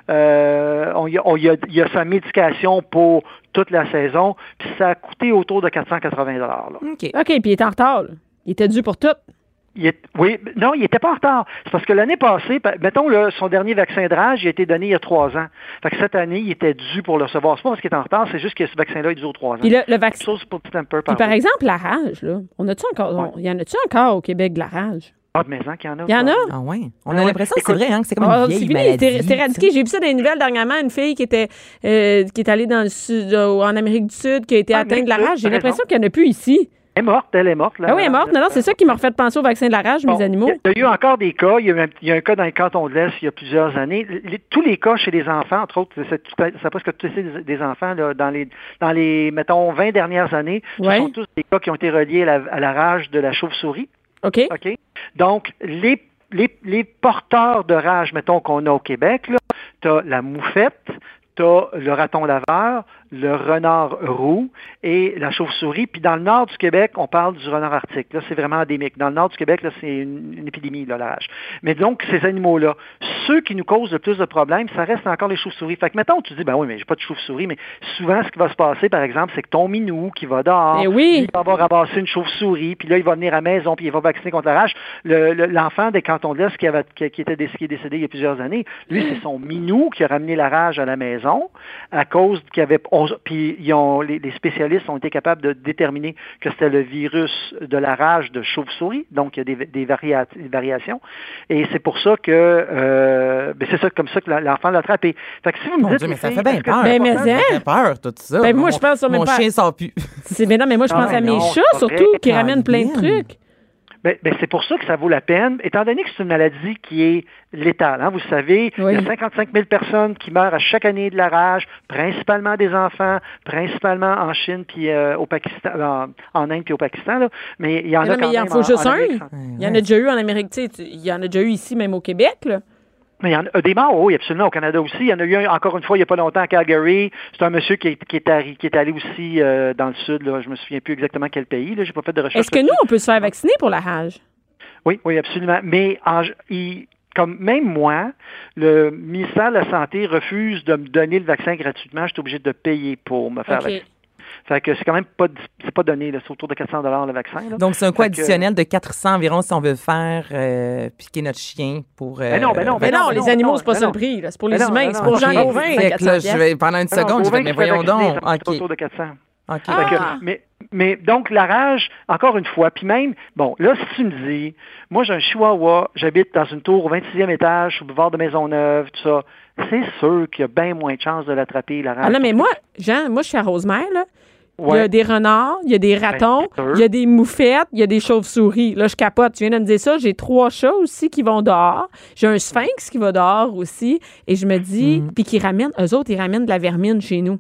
[SPEAKER 6] euh, on y a, on y a, il y a sa médication pour toute la saison, puis ça a coûté autour de quatre cent quatre-vingts dollars.
[SPEAKER 5] OK.
[SPEAKER 4] OK, puis il est en retard. Là. Il était dû pour tout.
[SPEAKER 6] Il est, oui, non, il n'était pas en retard. C'est parce que l'année passée, mettons, là, son dernier vaccin de rage, il a été donné il y a trois ans. Fait que cette année, il était dû pour le recevoir. C'est pas parce qu'il est en retard, c'est juste que ce vaccin-là, il dure trois ans.
[SPEAKER 4] Puis le, le vaccin.
[SPEAKER 6] Chose pour petit peu
[SPEAKER 4] par, par exemple, la rage, là. On a-tu encore,
[SPEAKER 6] ouais.
[SPEAKER 4] on, y en a-tu encore au Québec de la rage?
[SPEAKER 6] Ah, mais hein, qu'il y en a.
[SPEAKER 4] Il y en a?
[SPEAKER 5] Ah ouais. On
[SPEAKER 6] ah
[SPEAKER 5] a
[SPEAKER 6] ouais.
[SPEAKER 5] l'impression que c'est vrai, hein, que c'est comme
[SPEAKER 4] oh,
[SPEAKER 5] une vieille
[SPEAKER 4] c'est
[SPEAKER 5] maladie.
[SPEAKER 4] C'est éradiqué. J'ai vu ça dans les nouvelles dernièrement, une fille qui était euh, qui est allée dans le sud, euh, en Amérique du Sud, qui a été
[SPEAKER 6] ah,
[SPEAKER 4] atteinte de la
[SPEAKER 6] Sud,
[SPEAKER 4] rage. J'ai l'impression
[SPEAKER 6] raison.
[SPEAKER 4] qu'il n'y en a plus ici.
[SPEAKER 6] Elle est morte, elle est morte. Là,
[SPEAKER 4] ah oui, elle est morte. Non, non, c'est ça qui m'a refait penser au vaccin de la rage, bon, mes animaux.
[SPEAKER 6] Il y a eu encore des cas. Il y a eu un, il y a un cas dans le canton de l'Est il y a plusieurs années. Les, tous les cas chez les enfants, entre autres, c'est, c'est presque tous des, des enfants, là, dans les, dans les, mettons, vingt dernières années,
[SPEAKER 4] ouais.
[SPEAKER 6] ce sont tous des cas qui ont été reliés à la, à la rage de la chauve-souris.
[SPEAKER 4] OK.
[SPEAKER 6] OK. Donc, les, les, les porteurs de rage, mettons, qu'on a au Québec, là, t'as la moufette, t'as le raton laveur, le renard roux et la chauve-souris. Puis dans le nord du Québec, on parle du renard arctique. Là, c'est vraiment endémique. Dans le nord du Québec, là, c'est une, une épidémie, là, la rage. Mais donc, ces animaux-là, ceux qui nous causent le plus de problèmes, ça reste encore les chauves-souris. Fait que mettons, tu dis, ben oui, mais j'ai pas de chauve-souris, mais souvent, ce qui va se passer, par exemple, c'est que ton minou qui va dehors,
[SPEAKER 4] eh oui.
[SPEAKER 6] il va avoir ramassé une chauve-souris, puis là, il va venir à la maison, puis il va vacciner contre la rage. Le, le, l'enfant des cantons de l'Est qui, avait, qui, qui était décédé, qui est décédé il y a plusieurs années, lui, c'est son minou qui a ramené la rage à la maison à cause qu'il y avait... On, puis ils ont, les, les spécialistes ont été capables de déterminer que c'était le virus de la rage de chauve-souris, donc il y a des, des, varia, des variations. Et c'est pour ça que euh, ben c'est ça comme ça que l'enfant l'a attrapé. Fait que si vous me
[SPEAKER 5] Mon
[SPEAKER 6] dites,
[SPEAKER 5] Dieu, mais ça
[SPEAKER 6] filles,
[SPEAKER 5] fait bien peur.
[SPEAKER 4] Ben, mais
[SPEAKER 5] ça fait peur, tout ça.
[SPEAKER 4] Ben,
[SPEAKER 5] mon,
[SPEAKER 4] moi, je pense sur
[SPEAKER 5] mon
[SPEAKER 4] mes
[SPEAKER 5] chien
[SPEAKER 4] pas...
[SPEAKER 5] sort plus.
[SPEAKER 4] C'est mais non, mais moi je
[SPEAKER 6] non,
[SPEAKER 4] pense à mes
[SPEAKER 6] non,
[SPEAKER 4] chats surtout
[SPEAKER 6] vrai.
[SPEAKER 4] qui ramènent plein de trucs.
[SPEAKER 6] Ben, ben c'est pour ça que ça vaut la peine, étant donné que c'est une maladie qui est létale. Hein, vous savez,
[SPEAKER 4] oui.
[SPEAKER 6] il y a cinquante-cinq mille personnes qui meurent à chaque année de la rage, principalement des enfants, principalement en Chine puis euh, au Pakistan, en, en Inde puis au Pakistan. Là. Mais il y en
[SPEAKER 4] mais
[SPEAKER 6] a
[SPEAKER 4] non,
[SPEAKER 6] quand
[SPEAKER 4] mais il en
[SPEAKER 6] même
[SPEAKER 4] faut
[SPEAKER 6] en,
[SPEAKER 4] juste
[SPEAKER 6] en
[SPEAKER 4] un.
[SPEAKER 6] Amérique.
[SPEAKER 4] Il y en a déjà eu en Amérique, tu sais, il y en a déjà eu ici, même au Québec, là.
[SPEAKER 6] Mais il y en a des morts, oui, absolument, au Canada aussi. Il y en a eu un, encore une fois, il n'y a pas longtemps à Calgary. C'est un monsieur qui est, qui est, allé, qui est allé aussi euh, dans le sud. Là. Je me souviens plus exactement quel pays. Là. J'ai pas fait de recherche.
[SPEAKER 4] Est-ce que nous, on peut se faire vacciner pour la rage?
[SPEAKER 6] Oui, oui, absolument. Mais en, il, comme même moi, le ministère de la Santé refuse de me donner le vaccin gratuitement. Je suis obligé de payer pour me faire
[SPEAKER 4] okay.
[SPEAKER 6] vacciner. Fait que c'est quand même pas, c'est pas donné, là. C'est autour de quatre cents dollars le vaccin. Là.
[SPEAKER 5] Donc, c'est un coût
[SPEAKER 6] fait
[SPEAKER 5] additionnel
[SPEAKER 6] que,
[SPEAKER 5] de quatre cents environ si on veut faire euh, piquer notre chien pour... Euh,
[SPEAKER 6] ben non, ben non, ben
[SPEAKER 4] mais non,
[SPEAKER 6] non,
[SPEAKER 4] les
[SPEAKER 6] non,
[SPEAKER 4] animaux,
[SPEAKER 6] non,
[SPEAKER 4] c'est pas
[SPEAKER 6] ben
[SPEAKER 4] ça
[SPEAKER 6] non.
[SPEAKER 4] le prix. Là. C'est pour
[SPEAKER 6] Ben
[SPEAKER 4] les
[SPEAKER 6] non,
[SPEAKER 4] humains,
[SPEAKER 6] ben
[SPEAKER 4] c'est
[SPEAKER 6] non,
[SPEAKER 4] pour Jean
[SPEAKER 6] okay.
[SPEAKER 4] Gauvin.
[SPEAKER 5] Fait que là, je vais, pendant une
[SPEAKER 6] ben
[SPEAKER 5] seconde,
[SPEAKER 6] non,
[SPEAKER 5] je vais, mais voyons
[SPEAKER 6] vacciner,
[SPEAKER 5] donc.
[SPEAKER 6] Ça
[SPEAKER 5] Okay.
[SPEAKER 6] autour de quatre cents.
[SPEAKER 5] Okay.
[SPEAKER 4] Ah.
[SPEAKER 6] Fait que, mais, mais donc, la rage, encore une fois, puis même, bon, là, si tu me dis, moi, j'ai un chihuahua, j'habite dans une tour au vingt-sixième étage, sur le boulevard de Maisonneuve, tout ça, c'est sûr qu'il y a bien moins de chances de l'attraper, la rage.
[SPEAKER 4] Ah non, mais moi, Jean, moi, je suis à Rosemère, là.
[SPEAKER 6] Ouais.
[SPEAKER 4] Il y a des renards, il y a des ratons,
[SPEAKER 6] ben,
[SPEAKER 4] il y a des moufettes, il y a des chauves-souris. Là, je capote. Tu viens de me dire ça. J'ai trois chats aussi qui vont dehors. J'ai un sphinx qui va dehors aussi. Et je me dis, mm. puis qui ramène, eux autres, ils ramènent de la vermine chez nous.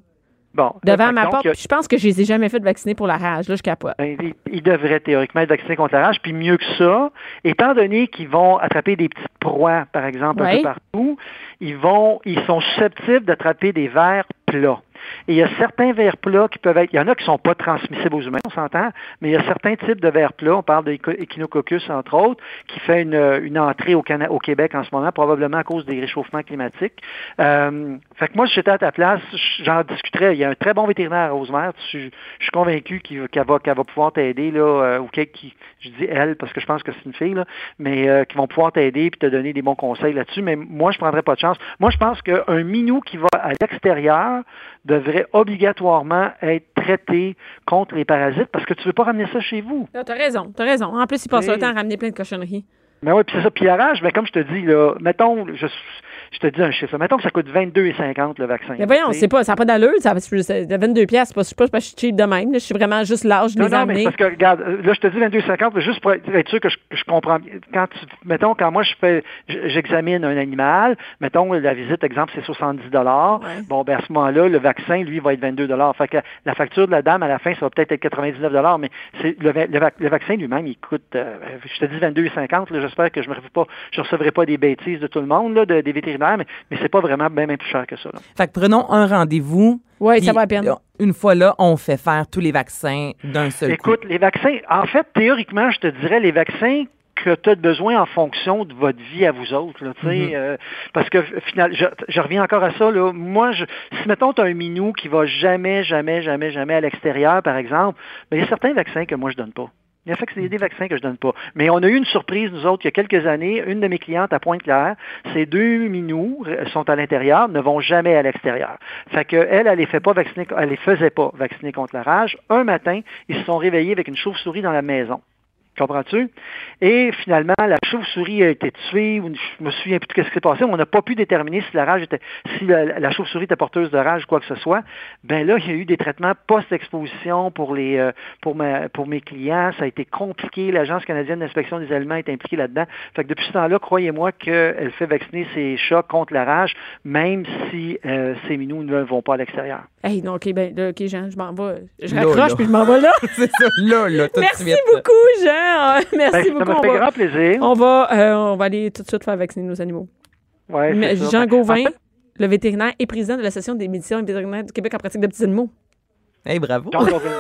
[SPEAKER 6] Bon,
[SPEAKER 4] devant ma
[SPEAKER 6] donc,
[SPEAKER 4] porte.
[SPEAKER 6] a...
[SPEAKER 4] Je pense que je les ai jamais fait vacciner pour la rage. Là, je capote.
[SPEAKER 6] Ben, ils, ils devraient théoriquement être vaccinés contre la rage. Puis mieux que ça, étant donné qu'ils vont attraper des petites proies, par exemple,
[SPEAKER 4] ouais.
[SPEAKER 6] un peu partout, ils vont, ils sont susceptibles d'attraper des vers plats. Et il y a certains vers plats qui peuvent être, il y en a qui ne sont pas transmissibles aux humains, on s'entend, mais il y a certains types de vers plats, on parle d'Echinococcus entre autres, qui fait une, une entrée au, Cana- au Québec en ce moment, probablement à cause des réchauffements climatiques. Euh, fait que moi, si j'étais à ta place, j'en discuterais. Il y a un très bon vétérinaire à Rosemère, je, je suis convaincu qu'il, qu'elle, va, qu'elle va pouvoir t'aider, là, euh, ou qui, je dis elle, parce que je pense que c'est une fille, là, mais euh, qui vont pouvoir t'aider et te donner des bons conseils là-dessus, mais moi, je ne prendrais pas de chance. Moi, je pense qu'un minou qui va à l'extérieur devrait obligatoirement être traité contre les parasites parce que tu ne veux pas ramener ça chez vous.
[SPEAKER 4] Tu as raison, tu as raison. En plus, il passe
[SPEAKER 6] oui.
[SPEAKER 4] le temps à ramener plein de cochonneries.
[SPEAKER 6] Mais oui, puis c'est ça. Puis la rage, mais comme je te dis, là, mettons, je, je te dis un chiffre, mettons que ça coûte vingt-deux virgule cinquante le vaccin.
[SPEAKER 4] Mais voyons, c'est pas, ça n'a pas d'allure, ça va vingt-deux piastres, c'est pas, c'est pas, je suis cheap de même, là, je suis vraiment juste large de
[SPEAKER 6] non,
[SPEAKER 4] les
[SPEAKER 6] non,
[SPEAKER 4] amener.
[SPEAKER 6] Mais parce que, regarde, là, je te dis vingt-deux virgule cinquante, juste pour être sûr que je, que je comprends. Quand tu, mettons, quand moi, je fais, j'examine un animal, mettons, la visite, exemple, c'est soixante-dix dollars. Ouais. Bon, ben, à ce moment-là, le vaccin, lui, va être vingt-deux dollars. Fait que la facture de la dame, à la fin, ça va peut-être être quatre-vingt-dix-neuf dollars, mais c'est, le, le, le vaccin lui-même, il coûte, euh, je te dis vingt-deux virgule cinquante, là, j'espère que je me refais pas, je recevrai pas des bêtises de tout le monde, là, de, des vétérinaires, mais, mais c'est pas vraiment bien, bien plus cher que ça, là.
[SPEAKER 5] Fait que prenons un rendez-vous.
[SPEAKER 4] Oui, ça va à peine.
[SPEAKER 5] Une fois là, on fait faire tous les vaccins d'un seul
[SPEAKER 6] Écoute, coup.
[SPEAKER 5] Écoute,
[SPEAKER 6] les vaccins, en fait, théoriquement, je te dirais, les vaccins que tu as besoin en fonction de votre vie à vous autres. Là, mm-hmm. euh, parce que, final, je, je reviens encore à ça. Là, moi, je, si, mettons, tu as un minou qui va jamais, jamais, jamais, jamais à l'extérieur, par exemple, ben, il y a certains vaccins que moi, je donne pas. Il y a des vaccins que je donne pas. Mais on a eu une surprise, nous autres, il y a quelques années. Une de mes clientes à Pointe-Claire, ces deux minous sont à l'intérieur, ne vont jamais à l'extérieur. Fait que elle, elle les fait pas vacciner, elle les faisait pas vacciner contre la rage. Un matin, ils se sont réveillés avec une chauve-souris dans la maison. Comprends-tu? Et finalement, la chauve-souris a été tuée, ou je me souviens plus de ce qui s'est passé, on n'a pas pu déterminer si la rage était, si la, la chauve-souris était porteuse de rage ou quoi que ce soit. Ben là, il y a eu des traitements post-exposition pour les, euh, pour ma, pour mes clients. Ça a été compliqué. L'Agence canadienne d'inspection des aliments est impliquée là-dedans. Fait que depuis ce temps-là, croyez-moi qu'elle fait vacciner ses chats contre la rage, même si euh, ces minous ne vont pas à l'extérieur.
[SPEAKER 4] Hey, non, OK, ben, là, OK, Jean, je m'en vais. Je raccroche, là, là. Puis je m'en vais là.
[SPEAKER 5] C'est ça, là, là, tout
[SPEAKER 4] Merci
[SPEAKER 5] de suite.
[SPEAKER 4] beaucoup, Jean. Merci
[SPEAKER 6] ben,
[SPEAKER 4] beaucoup.
[SPEAKER 6] Ça m'a fait grand plaisir.
[SPEAKER 4] On va, euh, on va aller tout de suite faire vacciner nos animaux.
[SPEAKER 6] Ouais,
[SPEAKER 4] Mais
[SPEAKER 6] c'est
[SPEAKER 4] Jean
[SPEAKER 6] ça.
[SPEAKER 4] Gauvin,
[SPEAKER 6] en fait,
[SPEAKER 4] le vétérinaire et président de l'Association des médecins et vétérinaires du Québec en pratique de petits animaux.
[SPEAKER 5] Hey, bravo.
[SPEAKER 6] Jean Gauvin.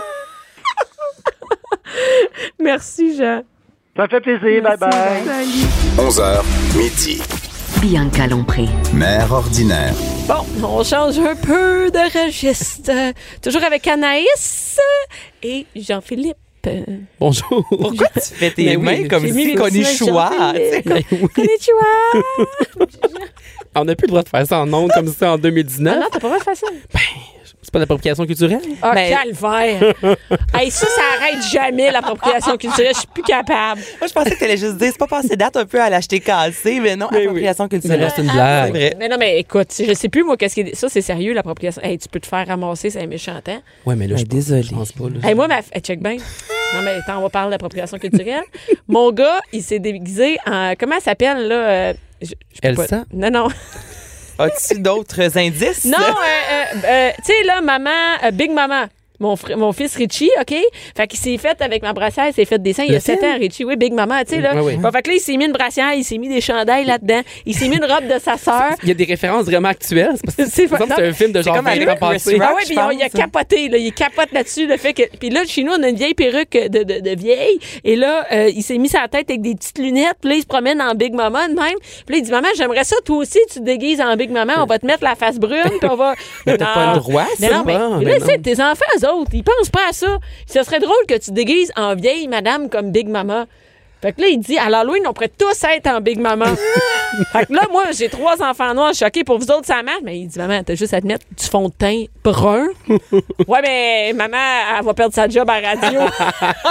[SPEAKER 4] Merci, Jean.
[SPEAKER 6] Ça me fait plaisir.
[SPEAKER 4] Merci,
[SPEAKER 6] bye-bye.
[SPEAKER 4] Salut.
[SPEAKER 3] onze heures, midi.
[SPEAKER 2] Bianca Lompré.
[SPEAKER 3] Mère ordinaire.
[SPEAKER 4] Bon, on change un peu de registre. Toujours avec Anaïs et Jean-Philippe.
[SPEAKER 7] Bonjour.
[SPEAKER 5] Pourquoi tu fais tes
[SPEAKER 7] Mais
[SPEAKER 5] mains
[SPEAKER 7] oui,
[SPEAKER 5] comme
[SPEAKER 4] j'ai mis
[SPEAKER 5] si
[SPEAKER 4] les
[SPEAKER 5] Konnichiwa?
[SPEAKER 4] petits
[SPEAKER 5] tu sais?
[SPEAKER 7] Ben oui.
[SPEAKER 4] Konnichiwa!
[SPEAKER 7] On n'a plus le droit de faire ça en ondes comme ça en deux mille dix-neuf.
[SPEAKER 4] Ah non, t'as pas mal facile.
[SPEAKER 7] Ben, c'est pas l'appropriation culturelle.
[SPEAKER 4] Ah,
[SPEAKER 5] Mais-
[SPEAKER 4] calvaire! Hey, ça, ça arrête jamais l'appropriation culturelle. Je suis plus capable.
[SPEAKER 5] Moi, je pensais que t'allais juste dire, c'est pas passé date un peu à l'acheter cassé, mais non,
[SPEAKER 7] Mais oui.
[SPEAKER 5] appropriation
[SPEAKER 7] Mais
[SPEAKER 5] culturelle.
[SPEAKER 7] là, c'est une
[SPEAKER 5] C'est
[SPEAKER 7] blague.
[SPEAKER 5] vrai.
[SPEAKER 4] Mais non, mais écoute, je sais plus, moi, qu'est-ce qui est. Ça, c'est sérieux, l'appropriation. Hey, tu peux te faire ramasser, c'est un méchant temps.
[SPEAKER 7] Ouais, mais là,
[SPEAKER 5] Ben,
[SPEAKER 7] je
[SPEAKER 5] désolé.
[SPEAKER 7] je pense pas. Là.
[SPEAKER 4] Hey, moi, ma. Hey, check bien. Non, mais attends, on va parler d'appropriation culturelle. Mon gars, il s'est déguisé en. Comment elle s'appelle, là? Euh, je- je peux
[SPEAKER 7] Elsa?
[SPEAKER 4] pas- Non, non.
[SPEAKER 5] As-tu d'autres indices?
[SPEAKER 4] Non, euh, euh, euh, tu sais, là, maman, euh, Big Maman. Mon, fr- mon fils Richie, OK? Fait qu'il s'est fait avec ma brassière, il s'est fait des seins. Il
[SPEAKER 7] Le
[SPEAKER 4] a sept
[SPEAKER 7] film?
[SPEAKER 4] ans, Richie. Oui, Big Maman, tu sais, là.
[SPEAKER 7] Oui, oui.
[SPEAKER 4] Bon, fait que là, il s'est mis une brassière, il s'est mis des chandails là-dedans. Il s'est mis une robe de sa sœur.
[SPEAKER 7] Il y a des références vraiment actuelles. C'est parce que
[SPEAKER 4] C'est
[SPEAKER 7] c'est,
[SPEAKER 4] pas-
[SPEAKER 7] c'est un film de genre
[SPEAKER 5] comme
[SPEAKER 7] vingt
[SPEAKER 5] avec
[SPEAKER 7] ans
[SPEAKER 5] Chris
[SPEAKER 7] passé.
[SPEAKER 5] Rock.
[SPEAKER 4] Ah ouais,
[SPEAKER 5] je
[SPEAKER 4] puis il a- il a
[SPEAKER 5] pense.
[SPEAKER 4] capoté, là, il capote là-dessus, le fait que... Puis là, chez nous, on a une vieille perruque de, de, de vieille, et là, euh, il s'est mis sa tête avec des petites lunettes, puis là, il se promène en Big Mama de même, puis là, il dit, maman, j'aimerais ça, toi aussi, tu te déguises en Big Mama, on va te mettre la face brune, puis on va...
[SPEAKER 7] Mais t'as pas le droit,
[SPEAKER 4] Mais
[SPEAKER 7] ça,
[SPEAKER 4] non, mais,
[SPEAKER 7] pas?
[SPEAKER 4] mais
[SPEAKER 7] Mais
[SPEAKER 4] là,
[SPEAKER 7] non.
[SPEAKER 4] tu sais, tes enfants, eux autres, ils pensent pas à ça. Ce serait drôle que tu te déguises en vieille madame comme Big Mama. Fait que là, il dit, à l'Halloween, on pourrait tous être en Big Mama. Fait que là, moi, j'ai trois enfants noirs, choqués pour vous autres, ça marche. Mais il dit, maman, t'as juste à te mettre du fond de teint brun. Ouais, mais maman, elle va perdre sa job à radio.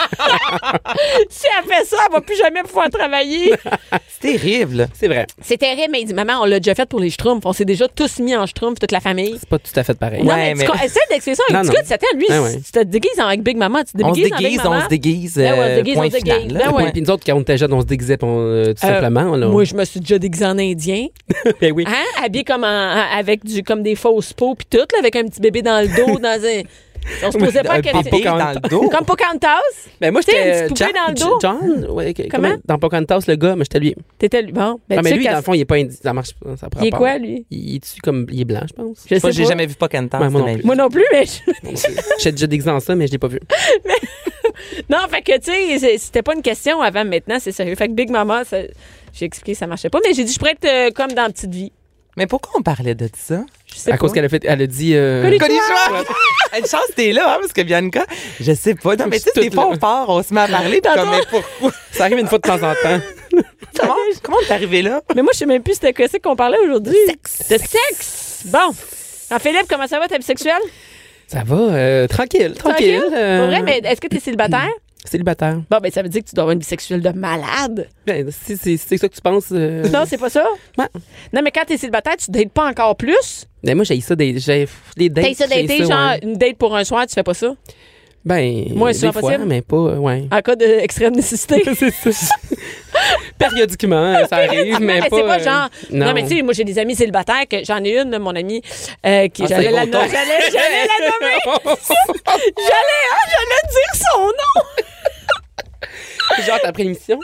[SPEAKER 8] Si elle fait ça, elle va plus jamais pouvoir travailler.
[SPEAKER 5] C'est terrible.
[SPEAKER 7] C'est vrai.
[SPEAKER 8] C'est terrible, mais il dit, maman, on l'a déjà fait pour les schtroumpfs. On s'est déjà tous mis en schtroumpf, toute la famille.
[SPEAKER 7] C'est pas tout à fait pareil.
[SPEAKER 8] Non,
[SPEAKER 5] Ouais,
[SPEAKER 8] mais, tu
[SPEAKER 5] mais-
[SPEAKER 8] con- essaie d'expliquer ça.
[SPEAKER 7] Non,
[SPEAKER 8] Un petit
[SPEAKER 7] non.
[SPEAKER 8] gars de sept ans, lui,
[SPEAKER 7] Ouais, ouais.
[SPEAKER 8] tu te déguises avec Big Maman. Tu te
[SPEAKER 5] On se
[SPEAKER 8] déguises en Big
[SPEAKER 5] déguise,
[SPEAKER 8] Maman.
[SPEAKER 5] on se déguise.
[SPEAKER 8] Ben ouais, on se
[SPEAKER 5] euh,
[SPEAKER 8] déguise,
[SPEAKER 5] point
[SPEAKER 8] on se déguise.
[SPEAKER 5] final, là.
[SPEAKER 8] Ben ouais.
[SPEAKER 7] Ouais, puis nous autres, quand on était jeunes, on se déguisait pour, euh, tout
[SPEAKER 8] Euh,
[SPEAKER 7] simplement. Là,
[SPEAKER 8] Moi, je me suis déjà déguisée en indien.
[SPEAKER 7] ben oui.
[SPEAKER 8] Hein? Habillée comme en- avec du, comme des fausses peaux, puis tout, là, avec un petit bébé dans le dos, dans un. On se posait pas
[SPEAKER 7] Un
[SPEAKER 8] la question.
[SPEAKER 5] Bébé dans le dos.
[SPEAKER 8] Comme Pocahontas?
[SPEAKER 7] Ben moi,
[SPEAKER 8] Tu sais,
[SPEAKER 7] j'étais.
[SPEAKER 8] une petite poupée
[SPEAKER 7] Jack-
[SPEAKER 8] dans le dos.
[SPEAKER 7] John? Ouais, ok,
[SPEAKER 8] Comment?
[SPEAKER 7] Dans Pocahontas, le gars, mais j'étais lui.
[SPEAKER 8] T'étais lui. Bon. Ben,
[SPEAKER 7] Ah,
[SPEAKER 8] tu
[SPEAKER 7] mais
[SPEAKER 8] sais
[SPEAKER 7] lui,
[SPEAKER 8] qu'à-
[SPEAKER 7] dans le fond, il est pas indi- ça marche pas. Ça prend
[SPEAKER 8] Il est
[SPEAKER 7] pas.
[SPEAKER 8] quoi, lui?
[SPEAKER 7] Il est dessus comme. Il est blanc, je pense.
[SPEAKER 8] Je
[SPEAKER 5] Moi,
[SPEAKER 8] sais
[SPEAKER 5] j'ai
[SPEAKER 8] pas.
[SPEAKER 5] jamais vu Pocahontas.
[SPEAKER 7] Ouais, moi
[SPEAKER 5] de
[SPEAKER 7] non
[SPEAKER 5] ma
[SPEAKER 7] plus.
[SPEAKER 5] vie.
[SPEAKER 8] Moi non plus, mais. je-
[SPEAKER 7] J'étais déjà déguisé en ça, mais je l'ai pas vu.
[SPEAKER 8] Non, fait que, tu sais, c'est- c'était pas une question avant, maintenant, c'est sérieux. Fait que Big Mama, ça- j'ai expliqué que ça marchait pas, mais j'ai dit, je pourrais être euh, comme dans Petite Vie.
[SPEAKER 5] Mais pourquoi on parlait de ça?
[SPEAKER 8] Je sais
[SPEAKER 7] À
[SPEAKER 8] pas.
[SPEAKER 7] cause qu'elle a fait. Elle a dit. euh,
[SPEAKER 8] Konnichiwa.
[SPEAKER 5] Konnichiwa! Une chance que t'es là, hein, parce que Bianca, je sais pas. Non, mais tu sais,
[SPEAKER 7] Toute
[SPEAKER 5] des fois,
[SPEAKER 7] là.
[SPEAKER 5] on part, on se met à parler, puis comme, mais pourquoi?
[SPEAKER 7] Ça arrive une fois de temps en temps.
[SPEAKER 5] Comment, comment t'es arrivé là?
[SPEAKER 8] Mais moi, je sais même plus c'était quoi c'est qu'on parlait aujourd'hui. De sexe. De sexe. Bon. Alors, Philippe, comment ça va, ta vie sexuelle?
[SPEAKER 7] Ça va, euh, tranquille, tranquille. euh,
[SPEAKER 8] Pour vrai, mais est-ce que t'es célibataire?
[SPEAKER 7] Célibataire.
[SPEAKER 8] Bon, ben, ça veut dire que tu dois avoir une vie sexuelle de malade.
[SPEAKER 7] Ben, si si- si c'est ça que tu penses. euh,
[SPEAKER 8] Non, c'est pas ça?
[SPEAKER 7] Ouais.
[SPEAKER 8] Non, mais quand t'es célibataire, tu dates pas encore plus?
[SPEAKER 7] Ben, moi, j'ai ça des. J'ai des dates.
[SPEAKER 8] T'as ça
[SPEAKER 7] j'ai
[SPEAKER 8] dater,
[SPEAKER 7] ça,
[SPEAKER 8] genre,
[SPEAKER 7] ouais.
[SPEAKER 8] une date pour un soir, tu fais pas ça?
[SPEAKER 7] Ben,
[SPEAKER 8] Moins
[SPEAKER 7] des
[SPEAKER 8] souvent
[SPEAKER 7] fois,
[SPEAKER 8] possible?
[SPEAKER 7] mais pas. euh, ouais.
[SPEAKER 8] En cas d'extrême nécessité?
[SPEAKER 7] c'est ça. Périodiquement, ça arrive, mais
[SPEAKER 8] mais
[SPEAKER 7] pas.
[SPEAKER 8] c'est pas
[SPEAKER 7] euh,
[SPEAKER 8] genre. Non, mais tu sais, moi, j'ai des amis célibataires que j'en ai une, mon amie, euh, qui.
[SPEAKER 7] Ah,
[SPEAKER 8] j'allais
[SPEAKER 7] c'est
[SPEAKER 8] la
[SPEAKER 7] bon ton.
[SPEAKER 8] nommer. J'allais, j'allais la nommer. J'allais, hein, j'allais dire son nom.
[SPEAKER 7] Genre, après l'émission.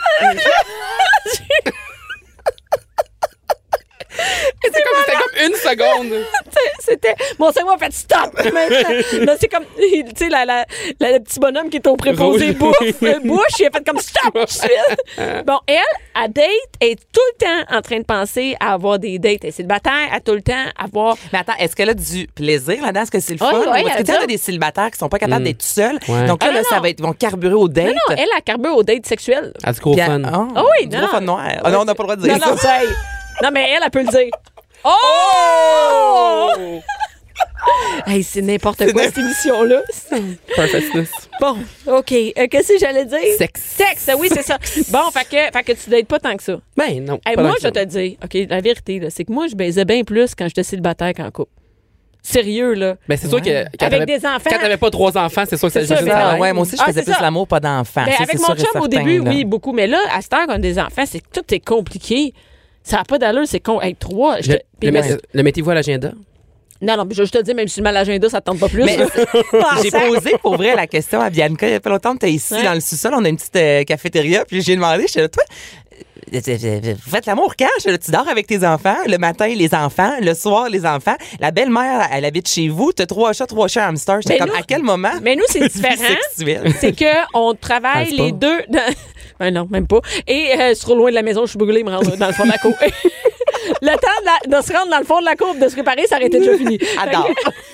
[SPEAKER 7] C'était comme, c'était comme une seconde.
[SPEAKER 8] C'était. Mon cerveau a fait stop! Maintenant. Là, c'est comme. Tu sais, la, la, la- le petit bonhomme qui est au préposé
[SPEAKER 7] Rouge.
[SPEAKER 8] bouffe, euh, bouche, il a fait comme stop! tout de suite. Bon, elle, à date, est tout le temps en train de penser à avoir des dates. Elle est célibataire, à tout le temps avoir.
[SPEAKER 5] Mais attends, est-ce qu'elle a du plaisir là-dedans? Est-ce que c'est le
[SPEAKER 8] Ouais,
[SPEAKER 5] fun?
[SPEAKER 8] ouais,
[SPEAKER 5] Ou est-ce
[SPEAKER 8] elle
[SPEAKER 5] que tu sais,
[SPEAKER 8] a
[SPEAKER 5] il y a des célibataires qui sont pas capables
[SPEAKER 7] Mm.
[SPEAKER 5] d'être seuls?
[SPEAKER 7] Ouais.
[SPEAKER 5] Donc là,
[SPEAKER 8] Ah,
[SPEAKER 5] là
[SPEAKER 8] non,
[SPEAKER 5] ça
[SPEAKER 8] non.
[SPEAKER 5] va être, ils vont carburer au date.
[SPEAKER 8] Non, non, elle a carbure aux dates sexuelles.
[SPEAKER 7] Ah, du gros
[SPEAKER 5] Puis
[SPEAKER 7] fun.
[SPEAKER 5] elle- Ah,
[SPEAKER 8] Ah oui,
[SPEAKER 5] du
[SPEAKER 8] non,
[SPEAKER 5] gros
[SPEAKER 8] non.
[SPEAKER 5] fun noir. Ah non, on n'a pas le droit de dire
[SPEAKER 8] Non, non,
[SPEAKER 5] ça.
[SPEAKER 8] c'est. Non, mais elle, elle peut le dire. Oh! Hey, c'est n'importe quoi, cette émission-là.
[SPEAKER 7] Perfectness.
[SPEAKER 8] Bon, OK. Euh, Qu'est-ce que j'allais dire?
[SPEAKER 7] Sexe.
[SPEAKER 8] Sexe, oui, c'est ça. Bon, fait que, fait que tu dates pas tant que ça.
[SPEAKER 7] Ben, non.
[SPEAKER 8] Hey,
[SPEAKER 7] pas
[SPEAKER 8] moi,
[SPEAKER 7] tant
[SPEAKER 8] je
[SPEAKER 7] que
[SPEAKER 8] vais
[SPEAKER 7] ça.
[SPEAKER 8] te dire, OK, la vérité, là, c'est que moi, je baisais bien plus quand j'étais célibataire qu'en couple. Sérieux, là.
[SPEAKER 7] Ben, c'est sûr que. Quand
[SPEAKER 8] Avec
[SPEAKER 7] t'avais-
[SPEAKER 8] des enfants.
[SPEAKER 7] Quand t'avais pas trois enfants, c'est sûr que
[SPEAKER 8] C'est
[SPEAKER 7] ça
[SPEAKER 8] ça,
[SPEAKER 7] juste
[SPEAKER 8] mais
[SPEAKER 5] Ah,
[SPEAKER 7] travail.
[SPEAKER 5] ouais, moi aussi, je
[SPEAKER 8] Ah,
[SPEAKER 5] faisais
[SPEAKER 8] c'est
[SPEAKER 5] plus
[SPEAKER 8] ça.
[SPEAKER 5] l'amour, pas d'enfant.
[SPEAKER 8] Ben,
[SPEAKER 5] Ça,
[SPEAKER 8] avec
[SPEAKER 5] c'est
[SPEAKER 8] mon
[SPEAKER 5] sûr et
[SPEAKER 8] chum, au
[SPEAKER 5] certain,
[SPEAKER 8] début,
[SPEAKER 5] là.
[SPEAKER 8] oui, beaucoup. Mais là, à cette heure qu'on a des enfants, c'est tout est compliqué. Ça n'a pas d'allure, c'est con. Hey, trois. je
[SPEAKER 7] Le,
[SPEAKER 8] te- puis
[SPEAKER 7] le,
[SPEAKER 8] mais-
[SPEAKER 7] met- le mettez-vous à l'agenda?
[SPEAKER 8] Non, non, mais je vais juste te dire, même si je mets à l'agenda, ça ne tente pas plus.
[SPEAKER 5] Mais
[SPEAKER 8] là.
[SPEAKER 5] j'ai posé pour vrai la question à Bianca il y a pas longtemps. Tu es ici
[SPEAKER 8] Ouais.
[SPEAKER 5] dans le sous-sol, on a une petite euh, cafétéria, puis j'ai demandé, je suis là, toi, euh, vous faites l'amour quand? Je suis là, tu dors avec tes enfants, le matin, les enfants, le soir, les enfants. La belle-mère, elle habite chez vous, t'as trois chats, trois chats hamsters. J'étais
[SPEAKER 8] Mais
[SPEAKER 5] comme,
[SPEAKER 8] nous-
[SPEAKER 5] à quel moment?
[SPEAKER 8] Mais nous, c'est différent.
[SPEAKER 5] Sexuel.
[SPEAKER 8] C'est qu'on travaille
[SPEAKER 7] Pense pas.
[SPEAKER 8] les deux. Dans... Ben non, même pas. Et euh, je suis trop loin de la maison, je suis brûlée, me rendre dans le fond de la cour. Le temps de, la- de se rendre dans le fond de la cour, de se préparer, ça aurait été déjà fini.
[SPEAKER 5] Adore.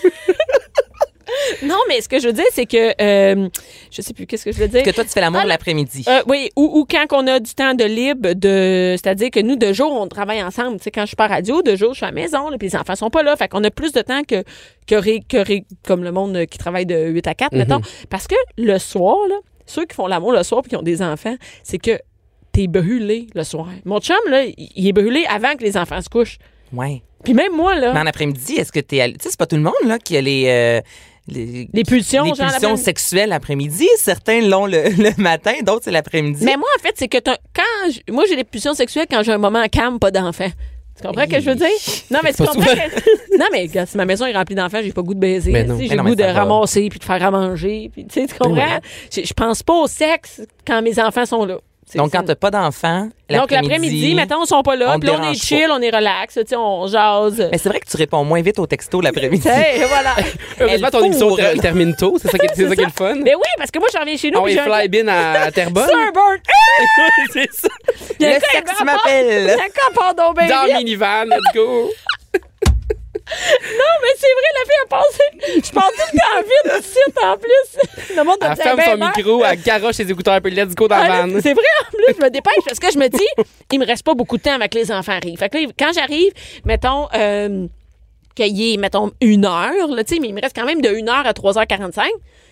[SPEAKER 8] Non, mais ce que je veux dire, c'est que. Euh, je sais plus, qu'est-ce que je veux dire?
[SPEAKER 5] Que toi, tu fais l'amour
[SPEAKER 8] Ah,
[SPEAKER 5] l'après-midi.
[SPEAKER 8] Euh, oui, ou, ou quand on a du temps de libre, de, c'est-à-dire que nous, de jour, on travaille ensemble. Tu sais, quand je suis pas à radio, de jour, je suis à la maison, là, puis les enfants sont pas là. Fait qu'on a plus de temps que, que, ré- que ré- comme le monde qui travaille de huit à quatre, mettons. Parce que le soir, là, ceux qui font l'amour le soir puis qui ont des enfants, c'est que t'es brûlé le soir. Mon chum, là, il il est brûlé avant que les enfants se couchent.
[SPEAKER 5] Ouais.
[SPEAKER 8] Puis même moi, là.
[SPEAKER 5] Mais en après-midi, est-ce que t'es allé. Tu sais, c'est pas tout le monde, là, qui a les. euh, les,
[SPEAKER 8] Les pulsions,
[SPEAKER 5] les
[SPEAKER 8] genre,
[SPEAKER 5] pulsions
[SPEAKER 8] l'après-midi.
[SPEAKER 5] sexuelles l'après-midi. Certains l'ont le, le matin, d'autres c'est l'après-midi.
[SPEAKER 8] Mais moi, en fait, c'est que t'as- quand je- moi, j'ai des pulsions sexuelles quand j'ai un moment calme, pas d'enfant. Tu comprends ce que je veux dire? Non, mais tu
[SPEAKER 7] Pas
[SPEAKER 8] comprends
[SPEAKER 7] souvent.
[SPEAKER 8] que... Non, mais regarde, si ma maison est remplie d'enfants, j'ai pas le goût de baiser.
[SPEAKER 7] Mais non.
[SPEAKER 8] Tu sais,
[SPEAKER 5] Mais
[SPEAKER 8] J'ai
[SPEAKER 5] non,
[SPEAKER 8] le goût
[SPEAKER 5] mais
[SPEAKER 8] de
[SPEAKER 5] ça va.
[SPEAKER 8] ramasser puis de faire à manger. Puis, tu sais, tu comprends?
[SPEAKER 7] Ouais.
[SPEAKER 8] Je, je pense pas au sexe quand mes enfants sont là. C'est-
[SPEAKER 5] Donc, quand
[SPEAKER 8] c'est-
[SPEAKER 5] t'as pas d'enfant,
[SPEAKER 8] Donc, l'après-midi, mettons, ils sont pas là.
[SPEAKER 5] on te
[SPEAKER 8] Puis là, on est
[SPEAKER 5] dérange
[SPEAKER 8] chill, on est relax. Tu sais, on jase.
[SPEAKER 5] Mais c'est vrai que tu réponds moins vite aux textos l'après-midi.
[SPEAKER 8] Tu sais, voilà.
[SPEAKER 7] Heureusement,
[SPEAKER 5] Elle
[SPEAKER 7] ton émission
[SPEAKER 5] fourre.
[SPEAKER 7] ter- termine tôt. C'est ça qui est, c'est ça qui est le fun.
[SPEAKER 8] Mais oui, parce que moi, je reviens chez nous.
[SPEAKER 7] Ah
[SPEAKER 8] puis
[SPEAKER 7] oui,
[SPEAKER 8] j'ai un-
[SPEAKER 7] fly-bin à, à Terrebonne.
[SPEAKER 8] Sunburn.
[SPEAKER 7] C'est ça.
[SPEAKER 8] Il y a
[SPEAKER 5] Le
[SPEAKER 8] un gars, il
[SPEAKER 5] sexe
[SPEAKER 8] me rapporte-
[SPEAKER 5] m'appelle.
[SPEAKER 8] Il y a un gars, pardon, ben
[SPEAKER 7] Dans
[SPEAKER 8] vite.
[SPEAKER 7] le minivan, let's go.
[SPEAKER 8] Non, mais c'est vrai, la fille a passé. Je parle tout le temps vite du site en plus. Le monde
[SPEAKER 7] Elle
[SPEAKER 8] a dit,
[SPEAKER 7] ferme
[SPEAKER 8] ben,
[SPEAKER 7] son
[SPEAKER 8] ben,
[SPEAKER 7] micro, elle garoche ses écouteurs, puis let's go dans
[SPEAKER 8] ah,
[SPEAKER 7] la
[SPEAKER 8] là,
[SPEAKER 7] van.
[SPEAKER 8] c'est vrai, en plus, je me dépêche parce que je me dis, il me reste pas beaucoup de temps avec les enfants arrivent. Fait que là, quand j'arrive, mettons, euh, qu'il y ait, mettons, une heure, là, tu sais, mais il me reste quand même de une heure à trois heures quarante-cinq.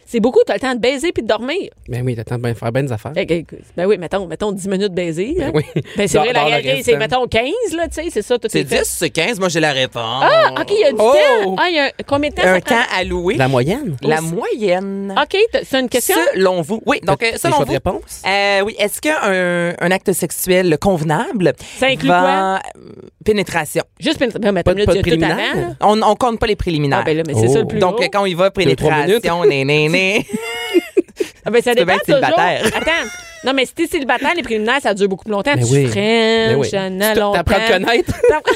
[SPEAKER 8] C'est beaucoup. Tu as le temps de baiser puis de dormir.
[SPEAKER 7] Ben oui, t'as le temps de ben faire bien des affaires.
[SPEAKER 8] Fait que, Ben oui, mettons, mettons dix minutes de baiser. Hein?
[SPEAKER 7] Ben oui.
[SPEAKER 8] Ben c'est
[SPEAKER 7] Dans-
[SPEAKER 8] vrai, la
[SPEAKER 7] dans le
[SPEAKER 8] réalité, c'est
[SPEAKER 7] restant.
[SPEAKER 8] mettons quinze, là, tu sais, c'est ça. Tout
[SPEAKER 5] C'est
[SPEAKER 8] est fait.
[SPEAKER 5] dix, c'est quinze. Moi, j'ai la réponse.
[SPEAKER 8] Ah, OK, il y a du
[SPEAKER 7] Oh!
[SPEAKER 8] temps. Ah, il y a combien de temps
[SPEAKER 5] Un
[SPEAKER 8] ça prend?
[SPEAKER 5] temps alloué.
[SPEAKER 7] La moyenne?
[SPEAKER 5] La moyenne.
[SPEAKER 8] OK, t'as- c'est une question?
[SPEAKER 5] Selon vous. Oui, donc, euh,
[SPEAKER 7] Des
[SPEAKER 5] selon
[SPEAKER 7] choix de
[SPEAKER 5] vous.
[SPEAKER 7] réponse?
[SPEAKER 5] Euh, oui, est-ce qu'un un acte sexuel convenable
[SPEAKER 8] Ça inclut
[SPEAKER 5] va... euh, Pénétration.
[SPEAKER 8] Juste une ben,
[SPEAKER 7] Pas de-
[SPEAKER 8] minute,
[SPEAKER 7] pas
[SPEAKER 8] il y
[SPEAKER 7] de
[SPEAKER 8] a tout
[SPEAKER 7] préliminaire?
[SPEAKER 8] avant. là.
[SPEAKER 5] On, on compte pas les préliminaires.
[SPEAKER 8] Ah, ben là, mais c'est
[SPEAKER 7] Oh.
[SPEAKER 8] ça le plus
[SPEAKER 5] Donc,
[SPEAKER 8] gros.
[SPEAKER 5] euh, quand il va,
[SPEAKER 7] Deux, trois
[SPEAKER 5] pénétration, né, né, né.
[SPEAKER 8] Ah, ben, ça
[SPEAKER 5] tu peux
[SPEAKER 8] dépend
[SPEAKER 5] bien être
[SPEAKER 8] toujours.
[SPEAKER 5] célibataire.
[SPEAKER 8] Attends. Non, mais si t'es célibataire, les préliminaires, ça dure beaucoup plus longtemps.
[SPEAKER 7] Mais
[SPEAKER 8] tu
[SPEAKER 7] oui.
[SPEAKER 8] French,
[SPEAKER 7] Mais oui.
[SPEAKER 8] Anna,
[SPEAKER 7] Tu
[SPEAKER 8] longtemps.
[SPEAKER 7] t'apprends à te connaître.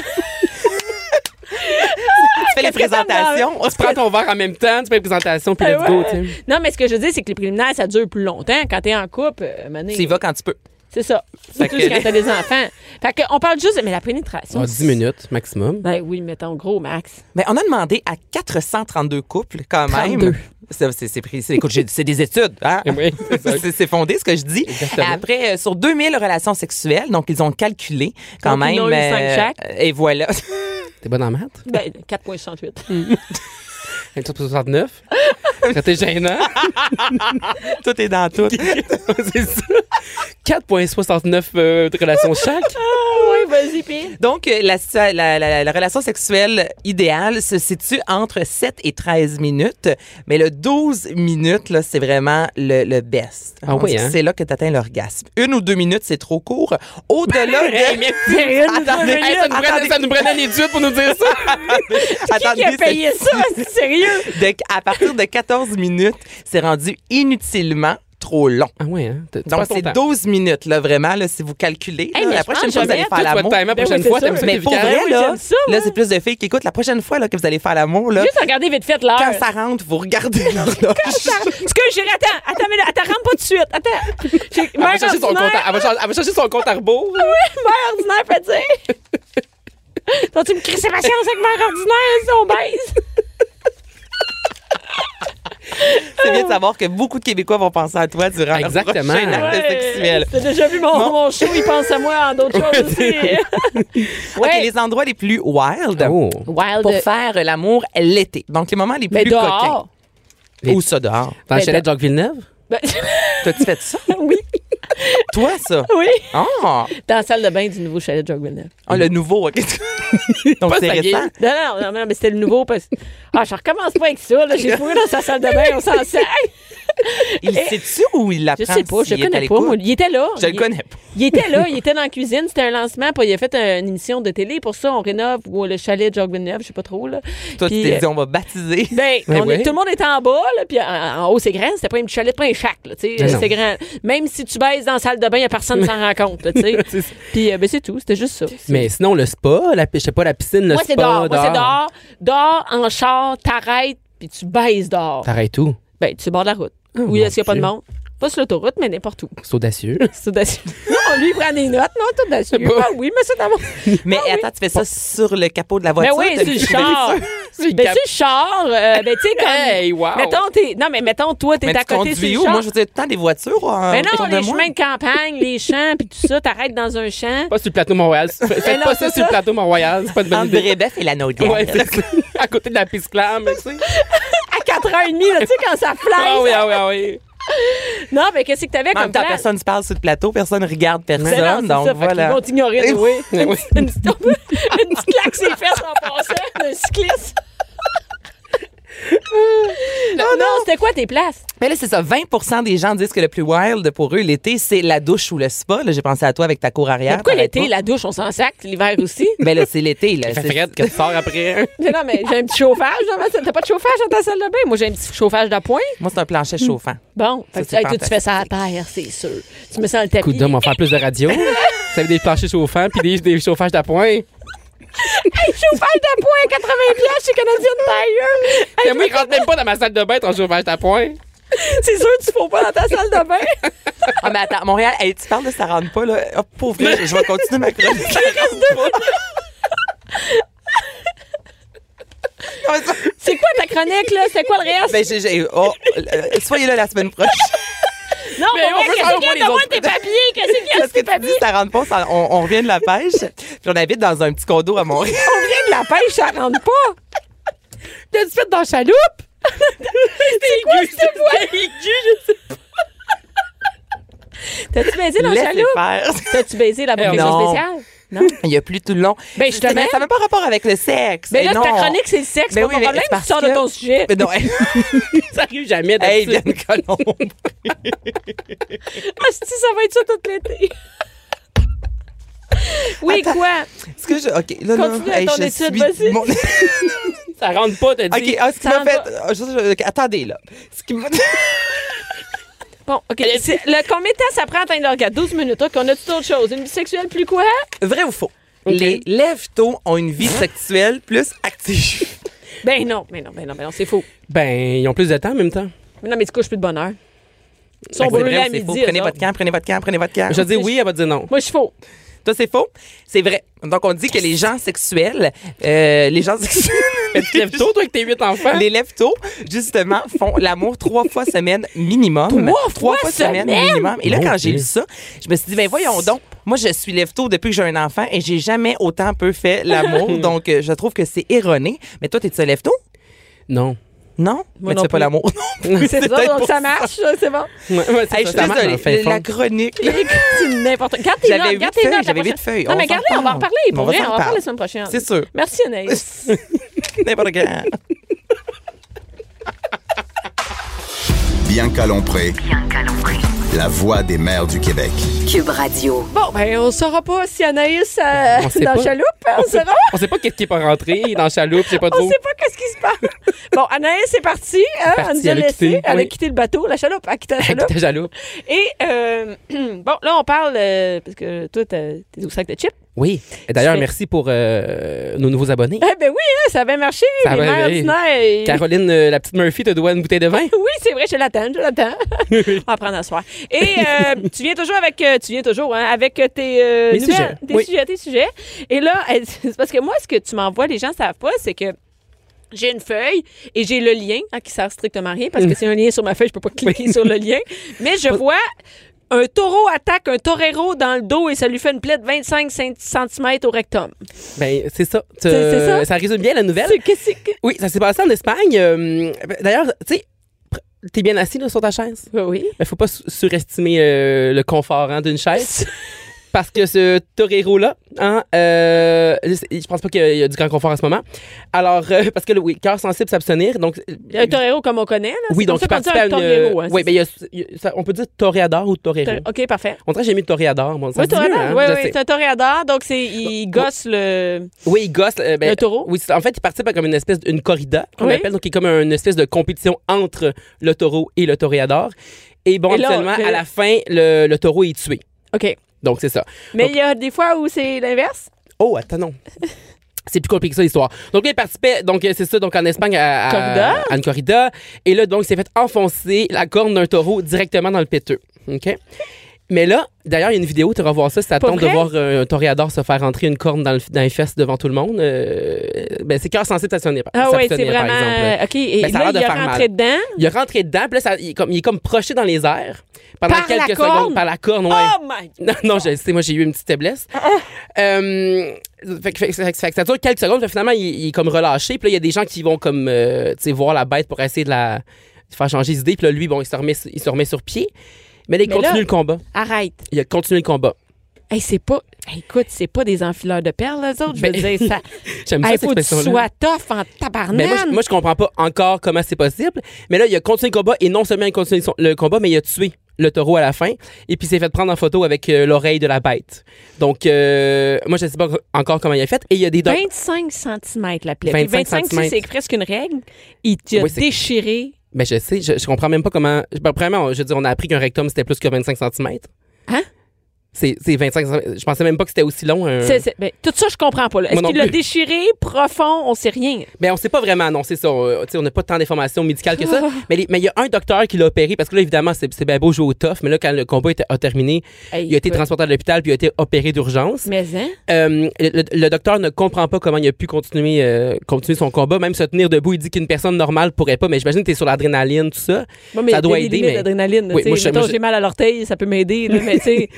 [SPEAKER 5] Tu fais les
[SPEAKER 8] Qu'est-ce que t'as
[SPEAKER 5] présentations.
[SPEAKER 7] Tu prends ton verre en même temps, tu fais une présentation, puis let's
[SPEAKER 8] Ah
[SPEAKER 7] go,
[SPEAKER 8] ouais.
[SPEAKER 7] tu sais.
[SPEAKER 8] Non, mais ce que je veux dire, c'est que les préliminaires, ça dure plus longtemps. Quand t'es en couple, euh, mané,
[SPEAKER 5] Tu y vas quand tu peux.
[SPEAKER 8] c'est ça.
[SPEAKER 5] Fait
[SPEAKER 8] Surtout
[SPEAKER 5] que-
[SPEAKER 8] quand t'as des enfants. Fait qu'on parle juste, mais la pénétration.
[SPEAKER 7] Ah, dix minutes maximum.
[SPEAKER 8] Ben oui, mettons, gros max.
[SPEAKER 5] Mais on a demandé à quatre cent trente-deux couples, quand même.
[SPEAKER 8] trente-deux.
[SPEAKER 5] C'est, c'est, c'est, pris- c'est- écoute, j'ai- c'est des études, hein?
[SPEAKER 7] Oui, c'est ça.
[SPEAKER 5] c'est, c'est fondé, ce que je dis.
[SPEAKER 7] Exactement.
[SPEAKER 5] Après, euh, sur deux mille relations sexuelles, donc ils ont calculé quand
[SPEAKER 8] Donc,
[SPEAKER 5] même.
[SPEAKER 8] ils en ont eu cinq chaque.
[SPEAKER 5] Et voilà.
[SPEAKER 7] T'es bonne en maths?
[SPEAKER 8] Ben, quatre virgule soixante-huit.
[SPEAKER 7] un soixante-neuf? C'était gênant.
[SPEAKER 5] Tout est dans tout.
[SPEAKER 7] C'est ça. quatre virgule soixante-neuf euh, de relations chaque.
[SPEAKER 8] Ah oui, vas-y, pis.
[SPEAKER 5] Donc, euh, la, situa- la, la, la relation sexuelle idéale se situe entre sept et treize minutes, mais le douze minutes, là, c'est vraiment le, le best.
[SPEAKER 7] Ah
[SPEAKER 5] On
[SPEAKER 7] oui,
[SPEAKER 5] dit que
[SPEAKER 7] hein?
[SPEAKER 5] C'est là que tu atteins l'orgasme. Une ou deux minutes, c'est trop court. Au-delà de...
[SPEAKER 8] C'est une ou deux
[SPEAKER 5] Attendez,
[SPEAKER 8] minutes.
[SPEAKER 7] Hey, ça, nous prenait,
[SPEAKER 5] attendez.
[SPEAKER 7] ça nous prenait une étude pour nous dire ça.
[SPEAKER 8] Qui a payé ça? C'est sérieux?
[SPEAKER 5] De- à partir de quatorze minutes, c'est rendu inutilement trop long.
[SPEAKER 7] Ah ouais, hein? Tu
[SPEAKER 5] Donc,
[SPEAKER 7] passes ton
[SPEAKER 5] c'est
[SPEAKER 7] temps.
[SPEAKER 5] douze minutes, là, vraiment, là, si vous calculez.
[SPEAKER 8] Hey,
[SPEAKER 5] là,
[SPEAKER 8] mais
[SPEAKER 5] la
[SPEAKER 8] je
[SPEAKER 5] prochaine
[SPEAKER 8] pense
[SPEAKER 5] fois que vous allez
[SPEAKER 8] jamais.
[SPEAKER 5] faire
[SPEAKER 7] Toi, tu vas te
[SPEAKER 5] l'amour...
[SPEAKER 7] timer la
[SPEAKER 8] Ben
[SPEAKER 7] prochaine
[SPEAKER 8] oui,
[SPEAKER 7] fois,
[SPEAKER 8] c'est
[SPEAKER 7] t'aimes
[SPEAKER 8] sûr.
[SPEAKER 7] ça
[SPEAKER 5] Mais
[SPEAKER 7] être
[SPEAKER 5] pour
[SPEAKER 7] efficace.
[SPEAKER 5] vrai,
[SPEAKER 8] oui,
[SPEAKER 5] là,
[SPEAKER 8] j'aime ça, moi.
[SPEAKER 5] là, c'est plus de filles qui écoutent. La prochaine fois là, que vous allez faire l'amour, là,
[SPEAKER 8] Juste regarder vite fait l'heure.
[SPEAKER 5] quand ça rentre, vous regardez l'horloge.
[SPEAKER 8] Ce que j'ai attends, attends, mais là, attends, rentre pas tout de suite. Attends. J'ai
[SPEAKER 7] Elle va,
[SPEAKER 8] mère
[SPEAKER 7] chercher son compte
[SPEAKER 8] ordinaire,
[SPEAKER 7] à, elle, va chercher, elle va chercher son compte à rebours.
[SPEAKER 8] mère ordinaire fait dire. Donc, tu me cries, c'est patience avec mère ordinaire, si on baise.
[SPEAKER 5] C'est bien de savoir que beaucoup de Québécois vont penser à toi durant leur
[SPEAKER 7] Exactement.
[SPEAKER 5] prochain acte sexuel.
[SPEAKER 8] T'as déjà vu mon,
[SPEAKER 5] Bon.
[SPEAKER 8] mon show, il pense à moi en d'autres choses aussi.
[SPEAKER 5] OK, les endroits les plus wild
[SPEAKER 7] Oh.
[SPEAKER 8] Wild.
[SPEAKER 5] pour faire l'amour l'été. Donc, les moments les plus
[SPEAKER 8] Mais dehors.
[SPEAKER 5] coquins. Où ça, dehors?
[SPEAKER 7] Dans le
[SPEAKER 8] Ben,
[SPEAKER 7] chalet de Jacques Villeneuve?
[SPEAKER 8] Ben,
[SPEAKER 5] T'as-tu fait ça?
[SPEAKER 8] oui,
[SPEAKER 5] Toi, ça?
[SPEAKER 8] oui.
[SPEAKER 5] Ah!
[SPEAKER 8] Dans la salle de bain du nouveau chalet de Jacques Villeneuve.
[SPEAKER 5] Ah, le nouveau, OK. Donc,
[SPEAKER 7] Pas
[SPEAKER 5] c'est
[SPEAKER 7] sa vieille.
[SPEAKER 5] récent.
[SPEAKER 8] Non, non, non, non, mais c'était le nouveau parce que. Ah, je recommence pas avec ça, là. J'ai fouillé dans sa salle de bain, on s'en sert.
[SPEAKER 5] Il sait-tu ou il
[SPEAKER 8] Je
[SPEAKER 5] l'apprend?
[SPEAKER 8] sais pas, je
[SPEAKER 5] s'il est à
[SPEAKER 8] connais pas.
[SPEAKER 5] l'écoute?
[SPEAKER 8] Moi, il était là.
[SPEAKER 5] Je le
[SPEAKER 8] Il-
[SPEAKER 5] connais pas.
[SPEAKER 8] Il était là, il était dans la cuisine, c'était un lancement, puis il a fait une émission de télé. Pour ça, on rénove ou le chalet de Jacques Villeneuve, je sais pas trop. Là.
[SPEAKER 5] Toi,
[SPEAKER 8] Puis,
[SPEAKER 5] tu t'es
[SPEAKER 8] euh,
[SPEAKER 5] dit, on va baptiser.
[SPEAKER 8] Ben,
[SPEAKER 7] Mais
[SPEAKER 8] on
[SPEAKER 7] oui.
[SPEAKER 8] est- tout le monde était en bas, là, puis en, en haut, c'est grand. C'était pas un petit chalet, pas un chac, là, tu sais.
[SPEAKER 7] Mais non.
[SPEAKER 8] C'est grand. Même si tu baises dans la salle de bain, il y a personne qui s'en rend compte, là, tu sais.
[SPEAKER 7] C'est ça.
[SPEAKER 8] Puis, euh, ben, c'est tout. C'était juste ça.
[SPEAKER 7] Mais sinon, le spa, la, je sais pas, la piscine, le
[SPEAKER 8] Moi,
[SPEAKER 7] spa.
[SPEAKER 8] c'est dehors. Moi, c'est dehors. Dehors, en char, t'arrêtes, puis tu baises dehors.
[SPEAKER 7] T'arrêtes où?
[SPEAKER 8] Ben, tu bord de la route.
[SPEAKER 7] Oh,
[SPEAKER 8] oui,
[SPEAKER 7] mon
[SPEAKER 8] est-ce qu'il n'y a pas de
[SPEAKER 7] Dieu.
[SPEAKER 8] monde? Pas sur l'autoroute, mais n'importe où.
[SPEAKER 7] C'est audacieux.
[SPEAKER 8] C'est audacieux. Non, lui, il prend des notes. Non, c'est audacieux.
[SPEAKER 7] C'est pas-
[SPEAKER 8] Ah oui, mais ça, d'abord.
[SPEAKER 5] Mais
[SPEAKER 8] Ah oui.
[SPEAKER 5] attends, tu fais ça sur le capot de la
[SPEAKER 8] Ben
[SPEAKER 5] voiture?
[SPEAKER 8] oui,
[SPEAKER 5] t'as
[SPEAKER 8] c'est le
[SPEAKER 5] vu-
[SPEAKER 8] char.
[SPEAKER 7] C'est
[SPEAKER 8] Ben,
[SPEAKER 7] cap-
[SPEAKER 8] c'est le char. euh, ben, tu sais, comme.
[SPEAKER 7] Hey, wow!
[SPEAKER 8] Mettons, t'es. Non, mais mettons, toi, t'es
[SPEAKER 5] Mais
[SPEAKER 8] à
[SPEAKER 5] tu
[SPEAKER 8] côté sur
[SPEAKER 5] conduis
[SPEAKER 8] le
[SPEAKER 5] où?
[SPEAKER 8] char.
[SPEAKER 5] Moi, je veux dire, tant des voitures. euh,
[SPEAKER 8] Mais
[SPEAKER 5] autour
[SPEAKER 8] non,
[SPEAKER 5] de
[SPEAKER 8] les
[SPEAKER 5] moi.
[SPEAKER 8] chemins de campagne, les champs, puis tout ça, t'arrêtes dans un champ.
[SPEAKER 7] Pas sur le plateau Mont-Royal. Faites
[SPEAKER 8] Mais non,
[SPEAKER 7] pas
[SPEAKER 8] c'est
[SPEAKER 7] ça sur le
[SPEAKER 8] ça.
[SPEAKER 7] plateau Mont-Royal. C'est pas une bonne
[SPEAKER 5] Entre
[SPEAKER 7] idée.
[SPEAKER 5] Brébeuf et la Naudière.
[SPEAKER 7] Ouais, c'est ça. À côté de la piste clam, tu sais.
[SPEAKER 8] À quatre heures trente, là, tu sais, quand ça flash.
[SPEAKER 7] Ah oui, ah oui, ah oui.
[SPEAKER 8] Non, mais qu'est-ce que t'avais
[SPEAKER 5] En
[SPEAKER 8] comme
[SPEAKER 5] même temps,
[SPEAKER 8] plan?
[SPEAKER 5] personne ne se parle sur le plateau, personne ne regarde
[SPEAKER 8] Ben non,
[SPEAKER 5] personne.
[SPEAKER 8] c'est
[SPEAKER 5] Donc
[SPEAKER 8] ça, fait qu'ils
[SPEAKER 5] voilà.
[SPEAKER 8] vont t'ignorer, oui.
[SPEAKER 7] Mais oui.
[SPEAKER 8] Une petite une petite claque ses fesses en passant d'un cycliste. non, non, c'était quoi tes places?
[SPEAKER 5] Mais là, c'est ça. vingt pour cent des gens disent que le plus wild pour eux l'été, c'est la douche ou le spa. Là, j'ai pensé à toi avec ta cour arrière.
[SPEAKER 8] Mais pourquoi
[SPEAKER 5] t'arrêtes
[SPEAKER 8] l'été,
[SPEAKER 5] pas.
[SPEAKER 8] la douche, on s'en sac, l'hiver aussi?
[SPEAKER 5] Ben là, c'est l'été. Là.
[SPEAKER 7] Ça
[SPEAKER 5] C'est-
[SPEAKER 7] fait frette que tu sors après.
[SPEAKER 8] Mais non, mais j'ai un petit chauffage dans ma salle. T'as pas de chauffage dans ta salle de bain? Moi, j'ai un petit chauffage d'appoint.
[SPEAKER 5] Moi, c'est un plancher chauffant.
[SPEAKER 8] Bon, fait que
[SPEAKER 5] c'est
[SPEAKER 8] hey, toi, tu fais ça à terre, c'est sûr. Tu mets ça dans le tapis.
[SPEAKER 7] Coup d'homme, on va faire plus de radio. Ça avait des planchers chauffants puis des, des chauffages d'appoint.
[SPEAKER 8] Hey, chauffage d'appoint, quatre-vingts piastres chez Canadian Tire. Hey,
[SPEAKER 7] Et moi, il rentre même pas dans ma salle de bain ton chauffage d'appoint.
[SPEAKER 8] c'est sûr que tu fous pas dans ta salle de bain.
[SPEAKER 5] Ah, mais attends, Montréal, hey, tu parles de ça rentre pas, là. Oh, pauvre, je, je vais continuer ma chronique. Ça rentre pas. Non, mais ça-
[SPEAKER 8] C'est quoi ta chronique, là? C'est quoi le reste?
[SPEAKER 5] Ben, j'ai, j'ai- oh, euh, soyez là la semaine prochaine.
[SPEAKER 8] non,
[SPEAKER 7] mais
[SPEAKER 8] mais
[SPEAKER 7] on veut
[SPEAKER 8] qu'est-ce
[SPEAKER 7] savoir,
[SPEAKER 8] qu'il y a
[SPEAKER 7] moi,
[SPEAKER 8] de
[SPEAKER 7] les
[SPEAKER 8] moins
[SPEAKER 7] autres.
[SPEAKER 8] tes papiers? Qu'est-ce qu'il y a
[SPEAKER 5] Parce
[SPEAKER 8] de
[SPEAKER 5] que
[SPEAKER 8] tes
[SPEAKER 5] tu dis,
[SPEAKER 8] papiers?
[SPEAKER 5] ça rentre pas, ça- on, on revient de la pêche. Puis on habite dans un petit condo à Montréal.
[SPEAKER 8] On vient de la pêche, ça rentre pas.
[SPEAKER 7] T'as-tu fait dans la chaloupe? C'est aigu, c'est aigu, je sais pas.
[SPEAKER 8] T'as-tu baisé dans le
[SPEAKER 5] Laissez
[SPEAKER 8] chaloupe?
[SPEAKER 5] faire.
[SPEAKER 8] T'as-tu baisé la quelque
[SPEAKER 5] Non.
[SPEAKER 8] chose spécial? Non.
[SPEAKER 5] Il y a plus tout le long.
[SPEAKER 8] Ben, justement.
[SPEAKER 5] Ça n'a pas rapport avec le sexe.
[SPEAKER 8] Mais là,
[SPEAKER 5] non.
[SPEAKER 8] ta chronique, c'est le sexe.
[SPEAKER 5] Ben
[SPEAKER 8] C'est
[SPEAKER 5] oui,
[SPEAKER 8] pas mon
[SPEAKER 5] mais
[SPEAKER 8] problème,
[SPEAKER 5] c'est
[SPEAKER 8] tu sors
[SPEAKER 5] parce
[SPEAKER 8] de
[SPEAKER 5] que-
[SPEAKER 8] ton sujet.
[SPEAKER 5] Mais non,
[SPEAKER 7] Ça arrive jamais
[SPEAKER 5] hey,
[SPEAKER 7] d'habitude.
[SPEAKER 5] Bianca Lompré.
[SPEAKER 8] Ah, si, ça va être ça tout l'été. Oui,
[SPEAKER 5] Attends.
[SPEAKER 8] quoi?
[SPEAKER 5] Est-ce que je. OK, là, là.
[SPEAKER 8] Continue à ton
[SPEAKER 5] je
[SPEAKER 8] étude,
[SPEAKER 5] suis-
[SPEAKER 8] vas-y.
[SPEAKER 5] mon-
[SPEAKER 7] Ça rentre pas, t'as dit.
[SPEAKER 5] OK, ah, ce qui
[SPEAKER 8] Ça
[SPEAKER 5] m'a
[SPEAKER 8] rentre
[SPEAKER 5] fait.
[SPEAKER 8] pas.
[SPEAKER 5] ah, je- je- attendez, là. Ce qui m'a.
[SPEAKER 8] Bon, OK. C'est- Le, combien de temps ça prend à atteindre l'orgasme? douze minutes. OK, on a-tu autre chose? Une vie sexuelle plus quoi?
[SPEAKER 5] Vrai ou faux?
[SPEAKER 7] OK.
[SPEAKER 5] Les lève-tôt ont une vie sexuelle plus active.
[SPEAKER 8] Ben non, ben non, ben non, ben non, c'est faux.
[SPEAKER 7] Ben, ils ont plus de temps en même temps.
[SPEAKER 8] Mais non, mais tu couches plus de bonne heure. Ils sont
[SPEAKER 5] Ben, c'est
[SPEAKER 8] brûlés
[SPEAKER 5] vrai
[SPEAKER 8] à
[SPEAKER 5] ou c'est
[SPEAKER 8] midi.
[SPEAKER 5] faux?
[SPEAKER 8] eux
[SPEAKER 5] Prenez
[SPEAKER 8] autres.
[SPEAKER 5] votre camp, prenez votre camp, prenez votre camp.
[SPEAKER 7] Je vais dire oui, elle va dire non.
[SPEAKER 8] Moi, je suis faux.
[SPEAKER 5] Toi, c'est faux? C'est vrai. Donc, on dit que les gens sexuels, euh, les gens sexuels,
[SPEAKER 7] Tu te lèves tôt, toi, avec tes huit enfants?
[SPEAKER 5] les lève-tôt, justement, font l'amour trois fois semaine minimum.
[SPEAKER 8] Trois fois
[SPEAKER 5] semaine
[SPEAKER 8] semaine?
[SPEAKER 5] minimum. Et là,
[SPEAKER 7] Mon
[SPEAKER 5] quand j'ai
[SPEAKER 7] Dieu.
[SPEAKER 5] lu ça, je me suis dit, ben voyons donc, moi, je suis lève-tôt depuis que j'ai un enfant et j'ai jamais autant peu fait l'amour. Donc, euh, je trouve que c'est erroné. Mais toi, t'es-tu lève-tôt?
[SPEAKER 7] Non.
[SPEAKER 5] Non?
[SPEAKER 8] Moi
[SPEAKER 5] Mais tu
[SPEAKER 8] non
[SPEAKER 5] fais pas
[SPEAKER 8] plus.
[SPEAKER 5] l'amour.
[SPEAKER 8] C'est ça,
[SPEAKER 5] peut-être
[SPEAKER 8] donc
[SPEAKER 5] pour
[SPEAKER 8] ça marche, ça, c'est bon.
[SPEAKER 7] Ouais, ouais, c'est
[SPEAKER 5] Hey,
[SPEAKER 7] ça,
[SPEAKER 5] je suis
[SPEAKER 7] ça marche dans le
[SPEAKER 5] désolée.
[SPEAKER 7] fin fond.
[SPEAKER 5] La chronique.
[SPEAKER 8] C'est n'importe quoi. Garde tes
[SPEAKER 5] J'avais
[SPEAKER 8] notes,
[SPEAKER 5] huit
[SPEAKER 8] garde tes
[SPEAKER 5] feuilles,
[SPEAKER 8] notes. la
[SPEAKER 5] j'avais
[SPEAKER 8] prochaine-
[SPEAKER 5] huit feuilles.
[SPEAKER 8] Non,
[SPEAKER 5] On
[SPEAKER 8] mais
[SPEAKER 5] s'en
[SPEAKER 8] regardez, on va en
[SPEAKER 5] reparle.
[SPEAKER 8] reparler. Pour
[SPEAKER 5] On va
[SPEAKER 8] vrai,
[SPEAKER 5] s'en
[SPEAKER 8] on va en parler
[SPEAKER 5] reparler.
[SPEAKER 8] la semaine prochaine.
[SPEAKER 5] C'est sûr.
[SPEAKER 8] Merci, Anaïs.
[SPEAKER 5] N'importe quand.
[SPEAKER 3] Bianca Lompré,
[SPEAKER 2] Bianca Lompré.
[SPEAKER 3] la voix des mères du Québec.
[SPEAKER 2] Cube Radio.
[SPEAKER 8] Bon, ben, on saura pas si Anaïs euh,
[SPEAKER 7] On sait
[SPEAKER 8] dans
[SPEAKER 7] pas.
[SPEAKER 8] la chaloupe, hein, on saura.
[SPEAKER 7] On sait pas qu'est-ce qui est pas rentré dans la chaloupe, je sais pas trop.
[SPEAKER 8] On sait pas qu'est-ce qui se passe. Bon, Anaïs est partie. Hein,
[SPEAKER 7] Partie,
[SPEAKER 8] elle nous a
[SPEAKER 7] elle a
[SPEAKER 8] laissé.
[SPEAKER 7] quitté,
[SPEAKER 8] Elle a
[SPEAKER 7] oui.
[SPEAKER 8] quitté le bateau, la chaloupe. Elle a quitté la chaloupe.
[SPEAKER 7] Avec ta chaloupe.
[SPEAKER 8] Et, euh, bon, là, on parle, euh, parce que toi, t'es t'es au sac de chips.
[SPEAKER 7] Oui. Et d'ailleurs,
[SPEAKER 8] Je fais-
[SPEAKER 7] merci pour euh, nos nouveaux abonnés.
[SPEAKER 8] Eh ben oui, hein, ça avait marché.
[SPEAKER 7] Ça
[SPEAKER 8] Les
[SPEAKER 7] avait-
[SPEAKER 8] mères
[SPEAKER 7] oui.
[SPEAKER 8] ordinaires. et-
[SPEAKER 7] Caroline, euh, la petite Murphy, te doit une bouteille de vin?
[SPEAKER 8] Oui, c'est vrai, je l'attends, je l'attends. On va prendre à soir. Et euh, tu viens toujours avec, euh, tu viens toujours hein, avec euh, tes euh,
[SPEAKER 7] Mes
[SPEAKER 8] nouvelles-
[SPEAKER 7] sujets.
[SPEAKER 8] tes
[SPEAKER 7] Oui.
[SPEAKER 8] sujets, tes sujets. Et là, elle- c'est parce que moi, ce que tu m'envoies, les gens ne savent pas, c'est que j'ai une feuille et j'ai le lien hein, qui sert strictement à rien parce que c'est un lien sur ma feuille, je peux pas cliquer sur le lien. Mais je vois un taureau attaque un torero dans le dos et ça lui fait une plaie de vingt-cinq centimètres au rectum.
[SPEAKER 7] Ben, c'est ça.
[SPEAKER 8] C'est- c'est ça?
[SPEAKER 7] Ça résume bien la nouvelle.
[SPEAKER 8] C'est qu'est-ce que...
[SPEAKER 7] Oui, ça s'est passé en Espagne. Euh, D'ailleurs, tu sais, pr- t'es bien assis là, sur ta chaise.
[SPEAKER 8] Oui.
[SPEAKER 7] Il faut pas su- surestimer euh, le confort hein, d'une chaise. Parce que ce torero-là, hein, euh, je pense pas qu'il y, a- il y a du grand confort en ce moment. Alors, euh, parce que le oui, cœur sensible s'abstenir. Donc,
[SPEAKER 8] Il y a un torero comme on connaît. Là.
[SPEAKER 7] oui,
[SPEAKER 8] C'est
[SPEAKER 7] donc il
[SPEAKER 8] comme ça
[SPEAKER 7] participait à
[SPEAKER 8] qu'on dit
[SPEAKER 7] une.
[SPEAKER 8] un torero. Hein,
[SPEAKER 7] oui,
[SPEAKER 8] c'est
[SPEAKER 7] ben, il y a- il y a- ça- on peut dire toréador ou torero.
[SPEAKER 8] ça. OK, parfait.
[SPEAKER 7] On dirait que j'ai mis toréador. Moi, ça
[SPEAKER 8] Oui,
[SPEAKER 7] se dit mieux,
[SPEAKER 8] toréador.
[SPEAKER 7] hein,
[SPEAKER 8] Oui,
[SPEAKER 7] je
[SPEAKER 8] oui,
[SPEAKER 7] sais.
[SPEAKER 8] c'est un toréador. Donc, c'est, il gosse le...
[SPEAKER 7] Oui, il gosse. euh, ben,
[SPEAKER 8] Le taureau?
[SPEAKER 7] Oui, c'est- en fait, il participe à comme une espèce d'une corrida, qu'on
[SPEAKER 8] Oui.
[SPEAKER 7] appelle. Donc, il est comme une espèce de compétition entre le taureau et le toréador. Et bon,
[SPEAKER 8] Et là,
[SPEAKER 7] habituellement,
[SPEAKER 8] mais-
[SPEAKER 7] à la fin, le, le taureau est tué.
[SPEAKER 8] OK.
[SPEAKER 7] Donc, c'est ça.
[SPEAKER 8] Mais
[SPEAKER 7] Donc-
[SPEAKER 8] il y a des fois où c'est l'inverse.
[SPEAKER 7] Oh, attends, non. C'est plus compliqué que ça, l'histoire. Donc, là, il participait, donc, euh, c'est ça, donc, en Espagne, à, à,
[SPEAKER 8] Corrida?
[SPEAKER 7] à une corrida. Et là, donc, il s'est fait enfoncer la corne d'un taureau directement dans le péteux. OK? Mais là, d'ailleurs, il y a une vidéo, tu vas voir ça, si ça
[SPEAKER 8] Pas
[SPEAKER 7] tente de
[SPEAKER 8] vrai?
[SPEAKER 7] voir euh, un toréador se faire rentrer une corne dans, le, dans les fesses devant tout le monde. Euh, ben, c'est cœur sensible s'abstenir,
[SPEAKER 8] Ah oui, c'est
[SPEAKER 7] s'abstenir, par exemple.
[SPEAKER 8] vraiment... OK. Et
[SPEAKER 7] Ben, ça a
[SPEAKER 8] là,
[SPEAKER 7] l'air de
[SPEAKER 8] il est
[SPEAKER 7] faire
[SPEAKER 8] rentré
[SPEAKER 7] mal.
[SPEAKER 8] dedans.
[SPEAKER 7] Il est rentré dedans, puis là, ça- il, est comme, il est comme projeté dans les airs pendant
[SPEAKER 8] Par la
[SPEAKER 7] quelques
[SPEAKER 8] corne?
[SPEAKER 7] secondes. Par la corne, ouais.
[SPEAKER 8] Oh my...
[SPEAKER 7] Non, non, je sais, moi, j'ai eu une petite faiblesse. Euh, fait, que- fait que- fait que- fait que ça dure quelques secondes, puis finalement, il, il est comme relâché. Puis là, il y a des gens qui vont comme, euh, tu sais, voir la bête pour essayer de la de faire changer d'idée. Puis là, lui, bon, il se remet, il se remet sur pied. Mais là, il
[SPEAKER 8] Mais
[SPEAKER 7] continue
[SPEAKER 8] là-
[SPEAKER 7] le combat.
[SPEAKER 8] Arrête.
[SPEAKER 7] Il a continué le combat.
[SPEAKER 8] Hey, c'est pas... Hey, écoute, c'est pas des enfileurs de perles, les autres. Je veux
[SPEAKER 7] Ben,
[SPEAKER 8] dire, ça...
[SPEAKER 7] J'aime ça,
[SPEAKER 8] Hey,
[SPEAKER 7] cette
[SPEAKER 8] faut que tu
[SPEAKER 7] expression-là.
[SPEAKER 8] sois tough en tabarnak.
[SPEAKER 7] Mais moi, je, moi, je comprends pas encore comment c'est possible. Mais là, il a continué le combat et non seulement il a continué son- le combat, mais il a tué le taureau à la fin. Et puis, il s'est fait prendre en photo avec euh, l'oreille de la bête. Donc, euh, moi, je ne sais pas encore comment il a fait. Et il y a des... doc-
[SPEAKER 8] vingt-cinq centimètres la plaie.
[SPEAKER 7] vingt-cinq
[SPEAKER 8] Puis vingt-cinq, tu sais,
[SPEAKER 7] centimètres.
[SPEAKER 8] c'est presque une règle. Il t'a
[SPEAKER 7] Oui, c'est-
[SPEAKER 8] déchiré.
[SPEAKER 7] Mais je sais, je, je comprends même pas comment... Ben, premièrement, je veux dire, on a appris qu'un rectum, c'était plus que vingt-cinq centimètres.
[SPEAKER 8] Hein?
[SPEAKER 7] C'est c'est vingt-cinq centimètres. Je pensais même pas que c'était aussi long. un-
[SPEAKER 8] C'est- c'est- ben, tout ça, je comprends pas. là. Est-ce
[SPEAKER 7] Moi non
[SPEAKER 8] qu'il l'a
[SPEAKER 7] plus.
[SPEAKER 8] déchiré profond? On sait rien.
[SPEAKER 7] Ben, on sait pas vraiment, non, c'est ça. On, tu sais, on n'a pas tant d'informations médicales que ça. mais les- mais il y a un docteur qui l'a opéré, parce que là, évidemment, c'est c'est bien beau jouer au tough, mais là, quand le combat était, a terminé,
[SPEAKER 8] Hey,
[SPEAKER 7] il a été
[SPEAKER 8] écoute.
[SPEAKER 7] transporté à l'hôpital, puis il a été opéré d'urgence.
[SPEAKER 8] Mais hein?
[SPEAKER 7] Euh, le, le docteur ne comprend pas comment il a pu continuer, euh, continuer son combat, même se tenir debout. Il dit qu'une personne normale pourrait pas, mais j'imagine que tu es sur l'adrénaline, tout ça.
[SPEAKER 8] Moi, mais
[SPEAKER 7] Ça
[SPEAKER 8] il y a
[SPEAKER 7] doit
[SPEAKER 8] des
[SPEAKER 7] aider,
[SPEAKER 8] limites
[SPEAKER 7] mais-
[SPEAKER 8] d'adrénaline.
[SPEAKER 7] Oui,
[SPEAKER 8] tu sais.
[SPEAKER 7] moi, je-
[SPEAKER 8] Mettons,
[SPEAKER 7] moi, je-
[SPEAKER 8] j'ai mal à l'orteil, ça peut m'aider. là, mais tu sais,
[SPEAKER 7] Non, je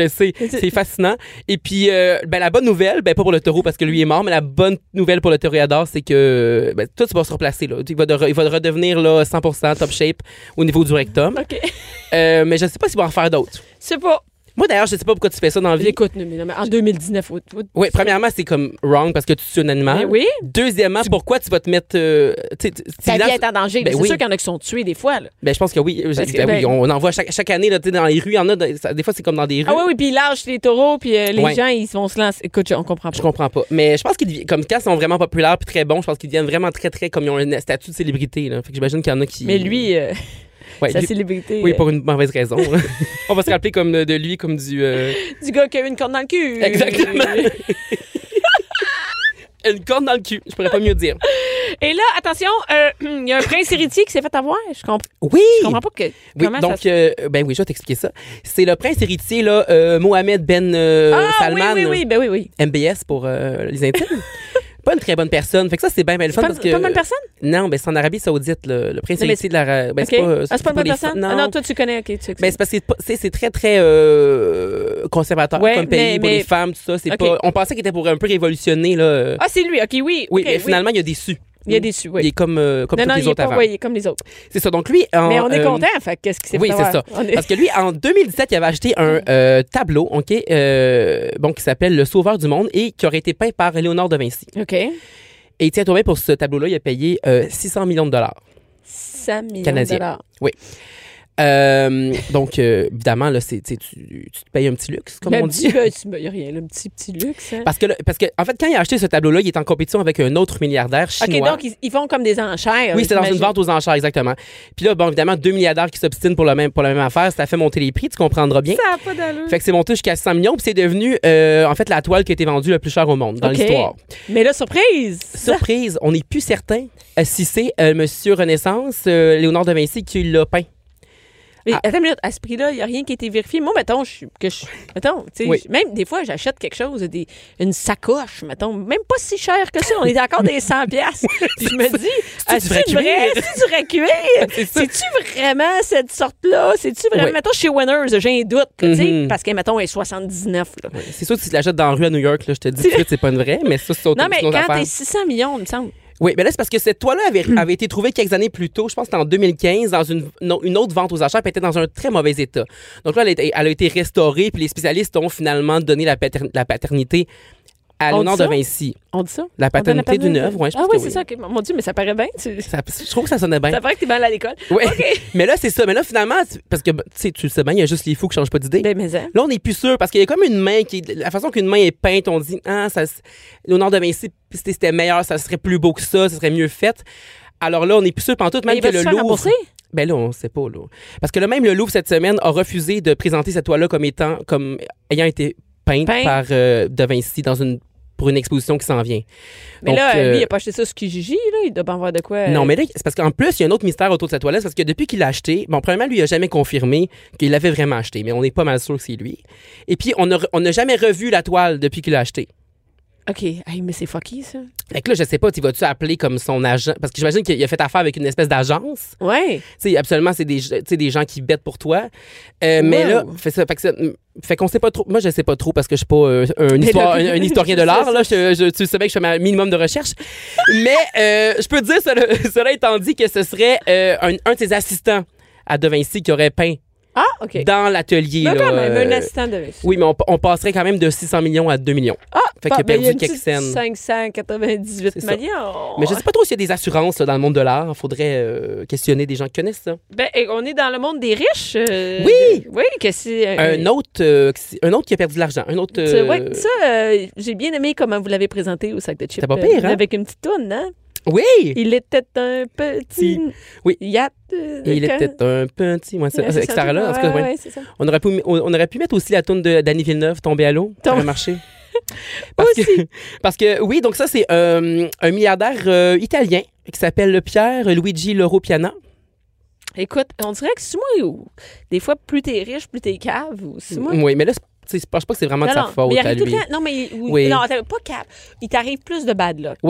[SPEAKER 7] je sais, c'est fascinant. Et puis, euh, ben, la bonne nouvelle, ben, pas pour le taureau parce que lui est mort, mais la bonne nouvelle pour le toréador, c'est que ben, toi, tu vas se replacer. Là. Il, va de, il va redevenir là, cent pour cent top shape au niveau du rectum.
[SPEAKER 8] OK.
[SPEAKER 7] Euh, mais je sais pas s'il va en faire d'autres.
[SPEAKER 8] C'est pas.
[SPEAKER 7] Moi, d'ailleurs, je sais pas pourquoi tu fais ça dans la vie.
[SPEAKER 8] Écoute, non, mais, non, mais en deux mille dix-neuf...
[SPEAKER 7] Oui, premièrement, c'est comme wrong parce que tu tues un animal.
[SPEAKER 8] Mais oui.
[SPEAKER 7] Deuxièmement, pourquoi tu vas te mettre... Euh,
[SPEAKER 8] Ta vie est en danger.
[SPEAKER 7] Ben
[SPEAKER 8] c'est
[SPEAKER 7] oui.
[SPEAKER 8] sûr qu'il y en a qui sont tués des fois. Là.
[SPEAKER 7] Ben, je pense que oui.
[SPEAKER 8] Parce
[SPEAKER 7] Ben,
[SPEAKER 8] que, ben,
[SPEAKER 7] oui, on en voit chaque, chaque année là, dans les rues. Il y en a, des fois, c'est comme dans des rues.
[SPEAKER 8] Ah oui, oui, puis ils lâchent les taureaux, puis euh, les
[SPEAKER 7] Ouais.
[SPEAKER 8] gens, ils vont se lancer. Écoute, on comprend pas.
[SPEAKER 7] Je comprends pas. Mais je pense qu'ils comme quand ils sont vraiment populaires puis très bons, je pense qu'ils deviennent vraiment très, très comme ils ont un statut de célébrité. Là. Fait que j'imagine qu'il y en a qui...
[SPEAKER 8] Mais lui... Euh...
[SPEAKER 7] Ouais,
[SPEAKER 8] sa
[SPEAKER 7] lui-
[SPEAKER 8] célébrité.
[SPEAKER 7] Oui,
[SPEAKER 8] euh,
[SPEAKER 7] pour une mauvaise raison. On va se rappeler comme de lui comme du... euh,
[SPEAKER 8] Du gars qui a eu une corne dans le cul.
[SPEAKER 7] Exactement. Une corne dans le cul, je pourrais pas mieux dire.
[SPEAKER 8] Et là, attention, euh, il y a un prince héritier qui s'est fait avoir. Je comprends.
[SPEAKER 7] Oui!
[SPEAKER 8] Je comprends pas que.
[SPEAKER 7] Oui,
[SPEAKER 8] comment
[SPEAKER 7] donc,
[SPEAKER 8] ça se...
[SPEAKER 7] euh, ben oui, je vais t'expliquer ça. C'est le prince héritier, là, euh, Mohamed Ben euh,
[SPEAKER 8] Ah
[SPEAKER 7] Salman.
[SPEAKER 8] oui, oui, oui, ben oui, oui.
[SPEAKER 7] M B S pour euh, les intimes. Pas une très bonne personne. Fait que ça, c'est bien, bien le fun
[SPEAKER 8] Pas,
[SPEAKER 7] parce que...
[SPEAKER 8] pas une bonne personne?
[SPEAKER 7] Non, ben c'est en Arabie Saoudite, le, le prince
[SPEAKER 8] Non, mais
[SPEAKER 7] héritier de la... Ben,
[SPEAKER 8] OK.
[SPEAKER 7] c'est pas,
[SPEAKER 8] Ah, c'est pas une bonne
[SPEAKER 7] des
[SPEAKER 8] personne?
[SPEAKER 7] femmes. Non.
[SPEAKER 8] Ah non, toi, tu connais. OK, tu sais que
[SPEAKER 7] Ben, c'est parce que c'est pas- c'est c'est très, très euh, conservateur
[SPEAKER 8] Ouais,
[SPEAKER 7] comme pays
[SPEAKER 8] mais-
[SPEAKER 7] pour
[SPEAKER 8] mais-
[SPEAKER 7] les femmes, tout ça. C'est
[SPEAKER 8] OK.
[SPEAKER 7] pas, on pensait qu'il était pour un peu révolutionner, là. euh,
[SPEAKER 8] Ah, c'est lui. OK, oui.
[SPEAKER 7] oui,
[SPEAKER 8] OK,
[SPEAKER 7] mais finalement, il a déçu.
[SPEAKER 8] Il y a déçu, oui.
[SPEAKER 7] Il est comme, euh, comme
[SPEAKER 8] non,
[SPEAKER 7] tous
[SPEAKER 8] non,
[SPEAKER 7] les
[SPEAKER 8] il est
[SPEAKER 7] autres
[SPEAKER 8] pas,
[SPEAKER 7] avant.
[SPEAKER 8] oui, il est comme les autres.
[SPEAKER 7] C'est ça. Donc, lui. En,
[SPEAKER 8] Mais on est
[SPEAKER 7] euh,
[SPEAKER 8] content, fait qu'est-ce qui s'est
[SPEAKER 7] Oui,
[SPEAKER 8] fait
[SPEAKER 7] c'est
[SPEAKER 8] avoir?
[SPEAKER 7] ça.
[SPEAKER 8] On est-
[SPEAKER 7] Parce que lui, en deux mille dix-sept, il avait acheté un euh, tableau, OK, euh, bon, qui s'appelle Le Sauveur du Monde et qui aurait été peint par Léonard de Vinci.
[SPEAKER 8] OK.
[SPEAKER 7] Et tiens-toi bien, pour ce tableau-là, il a payé euh, six cents millions de dollars.
[SPEAKER 8] cent millions
[SPEAKER 7] Canadien.
[SPEAKER 8] de dollars.
[SPEAKER 7] Oui. Euh, donc, euh, évidemment, là, c'est, tu, sais, tu tu te payes un petit luxe, comme
[SPEAKER 8] Mais
[SPEAKER 7] on
[SPEAKER 8] un
[SPEAKER 7] dit.
[SPEAKER 8] petit, il n'y a rien, là, un petit, petit luxe. Hein?
[SPEAKER 7] Parce que, là- parce que, en fait, quand il a acheté ce tableau-là, il est en compétition avec un autre milliardaire chinois.
[SPEAKER 8] OK, donc ils, ils font comme des enchères.
[SPEAKER 7] Oui, c'est dans une
[SPEAKER 8] j'imagine.
[SPEAKER 7] vente aux enchères, exactement. Puis là, bon, évidemment, deux milliardaires qui s'obstinent pour, le même, pour la même affaire, ça fait monter les prix, tu comprendras bien.
[SPEAKER 8] Ça n'a pas d'allure.
[SPEAKER 7] Fait que c'est monté jusqu'à cent millions, puis c'est devenu, euh, en fait, la toile qui a été vendue le plus cher au monde dans
[SPEAKER 8] OK.
[SPEAKER 7] l'histoire.
[SPEAKER 8] Mais là, surprise!
[SPEAKER 7] Surprise, on n'est plus certain euh, si c'est euh, Monsieur Renaissance, euh, Léonard de Vinci, qui l'a peint.
[SPEAKER 8] Mais
[SPEAKER 7] Ah.
[SPEAKER 8] attends une minute, à ce prix-là, il n'y a rien qui a été vérifié. Moi, mettons, je, que je, mettons, tu sais,
[SPEAKER 7] Oui.
[SPEAKER 8] même des fois, j'achète quelque chose, des, une sacoche, mettons, même pas si cher que ça. On est encore des cent piastres. Puis je me dis,
[SPEAKER 7] C'est
[SPEAKER 8] est-ce
[SPEAKER 7] du vrai
[SPEAKER 8] que vrai?
[SPEAKER 7] cuir?
[SPEAKER 8] C'est du vrai cuir?
[SPEAKER 7] C'est ça.
[SPEAKER 8] C'est-tu vraiment cette sorte-là? C'est-tu vraiment,
[SPEAKER 7] Oui.
[SPEAKER 8] mettons, chez Winners, j'ai un doute, là, tu sais,
[SPEAKER 7] Mhm.
[SPEAKER 8] parce que, mettons, elle est soixante-dix-neuf, là.
[SPEAKER 7] Ouais, c'est sûr que si tu l'achètes dans la rue à New York, là, je te dis tout de suite, c'est pas une vraie, mais ça, c'est autre
[SPEAKER 8] Non, mais
[SPEAKER 7] c'est une autre
[SPEAKER 8] quand
[SPEAKER 7] affaire.
[SPEAKER 8] t'es six cents millions, il me semble.
[SPEAKER 7] Oui, mais là, c'est parce que cette toile-là avait, avait été trouvée quelques années plus tôt, je pense que c'était en deux mille quinze, dans une, non, une autre vente aux enchères, puis elle était dans un très mauvais état. Donc là, elle a été, elle a été restaurée, puis les spécialistes ont finalement donné la, pater- la paternité à
[SPEAKER 8] On
[SPEAKER 7] Léonard
[SPEAKER 8] dit
[SPEAKER 7] de
[SPEAKER 8] ça?
[SPEAKER 7] Vinci.
[SPEAKER 8] On dit ça?
[SPEAKER 7] La
[SPEAKER 8] On donne
[SPEAKER 7] paternité d'une œuvre, ouais, je
[SPEAKER 8] Ah
[SPEAKER 7] pense
[SPEAKER 8] oui,
[SPEAKER 7] que
[SPEAKER 8] c'est
[SPEAKER 7] oui.
[SPEAKER 8] ça. OK. Mon Dieu, mais ça paraît bien. Tu...
[SPEAKER 7] Ça- je trouve que ça sonnait bien.
[SPEAKER 8] Ça paraît que t'es bien allé à l'école.
[SPEAKER 7] Oui.
[SPEAKER 8] OK.
[SPEAKER 7] Mais là, c'est ça. Mais là, finalement, c'est- parce que, tu sais, tu le sais bien, il y a juste les fous qui changent pas d'idée.
[SPEAKER 8] Ben, mais hein.
[SPEAKER 7] Là, on n'est plus sûr parce qu'il y a comme une main qui. La façon qu'une main est peinte, on dit, ah, ça. Léonard de Vinci, c'était c'était meilleur, ça serait plus beau que ça, ça serait mieux fait. Alors là, on n'est plus sûr pantoute, même
[SPEAKER 8] Mais il
[SPEAKER 7] que
[SPEAKER 8] va
[SPEAKER 7] le
[SPEAKER 8] se faire
[SPEAKER 7] Louvre.
[SPEAKER 8] rembourser?
[SPEAKER 7] Ben là, on sait pas, là. Parce que le même le Louvre, cette semaine, a refusé de présenter cette toile-là comme étant, comme ayant été peinte
[SPEAKER 8] Peinte.
[SPEAKER 7] par euh, De Vinci dans une, pour une exposition qui s'en vient.
[SPEAKER 8] Mais
[SPEAKER 7] Donc,
[SPEAKER 8] là,
[SPEAKER 7] euh,
[SPEAKER 8] lui, il a pas acheté ça sur Kijiji, là. Il doit pas en voir de quoi. euh,
[SPEAKER 7] Non, mais là, c'est parce qu'en plus, il y a un autre mystère autour de cette toile-là, c'est parce que depuis qu'il l'a acheté, bon, premièrement, lui, il a jamais confirmé qu'il l'avait vraiment acheté, mais on n'est pas mal sûr que c'est lui. Et puis, on n'a on n'a jamais revu la toile depuis qu'il l'a acheté.
[SPEAKER 8] OK. Hey, mais c'est fucky, ça.
[SPEAKER 7] Fait que là, je sais pas, tu vas-tu appeler comme son agent? Parce que j'imagine qu'il a fait affaire avec une espèce d'agence.
[SPEAKER 8] Ouais.
[SPEAKER 7] Tu sais, absolument, c'est des, tu sais, des gens qui bêtent pour toi. Euh, Mais
[SPEAKER 8] Wow.
[SPEAKER 7] là, fait, ça, fait, que ça- fait qu'on sait pas trop. Moi, je sais pas trop parce que je suis pas euh, un, histoire- un, un historien de l'art. Là, je, je, tu sais bien que je fais un minimum de recherche. Mais euh, je peux te dire, cela, cela étant dit, que ce serait euh, un, un de ses assistants à De Vinci qui aurait peint
[SPEAKER 8] Ah, OK.
[SPEAKER 7] dans l'atelier.
[SPEAKER 8] Donc,
[SPEAKER 7] là,
[SPEAKER 8] quand même,
[SPEAKER 7] euh,
[SPEAKER 8] un assistant de Vinci.
[SPEAKER 7] Oui, mais on, on passerait quand même de six cents millions à deux millions.
[SPEAKER 8] Ah,
[SPEAKER 7] Fait
[SPEAKER 8] bon,
[SPEAKER 7] qu'il a
[SPEAKER 8] ben, il y
[SPEAKER 7] perdu
[SPEAKER 8] une
[SPEAKER 7] quelques
[SPEAKER 8] petite
[SPEAKER 7] scènes.
[SPEAKER 8] cinq cent quatre-vingt-dix-huit
[SPEAKER 7] C'est ça.
[SPEAKER 8] millions.
[SPEAKER 7] Mais je sais pas trop s'il y a des assurances là, dans le monde de l'art. Il faudrait euh, questionner des gens qui connaissent ça.
[SPEAKER 8] Ben, et on est dans le monde des riches. euh,
[SPEAKER 7] Oui!
[SPEAKER 8] de- Oui, que c'est.
[SPEAKER 7] Un autre, euh, qui- un autre qui a perdu de l'argent. Un autre.
[SPEAKER 8] Ça,
[SPEAKER 7] euh,
[SPEAKER 8] ouais, ça, euh, j'ai bien aimé comment vous l'avez présenté au sac de chips.
[SPEAKER 7] C'était pas pire,
[SPEAKER 8] euh,
[SPEAKER 7] hein?
[SPEAKER 8] Avec une petite toune, hein?
[SPEAKER 7] Oui!
[SPEAKER 8] Il était un petit.
[SPEAKER 7] Oui.
[SPEAKER 8] Yacht. euh,
[SPEAKER 7] Et il
[SPEAKER 8] quand-
[SPEAKER 7] était un petit. Moi, ça,
[SPEAKER 8] Ouais, c'est
[SPEAKER 7] etc.
[SPEAKER 8] ça.
[SPEAKER 7] là. En tout cas,
[SPEAKER 8] Ouais,
[SPEAKER 7] ouais.
[SPEAKER 8] ouais, c'est ça.
[SPEAKER 7] On, aurait pu, on, on aurait pu mettre aussi la tourne de Danny Villeneuve, Tomber à l'eau. Ça
[SPEAKER 8] Tom-
[SPEAKER 7] aurait marché. Parce que,
[SPEAKER 8] Aussi.
[SPEAKER 7] parce que, oui, donc ça, c'est euh, un milliardaire euh, italien qui s'appelle Pierre Luigi Loro Piana.
[SPEAKER 8] Écoute, on dirait que c'est moi, ou des fois, plus t'es riche, plus t'es cave, ou c'est moi.
[SPEAKER 7] Oui, mais là, c'est- tu sais, je pense pas que c'est vraiment de
[SPEAKER 8] Non,
[SPEAKER 7] sa
[SPEAKER 8] non,
[SPEAKER 7] faute
[SPEAKER 8] mais il
[SPEAKER 7] à
[SPEAKER 8] arrive tout
[SPEAKER 7] lui.
[SPEAKER 8] le temps- Non, mais oui,
[SPEAKER 7] Oui.
[SPEAKER 8] non, attends, pas cave. Il t'arrive plus de bad luck.
[SPEAKER 7] Oui.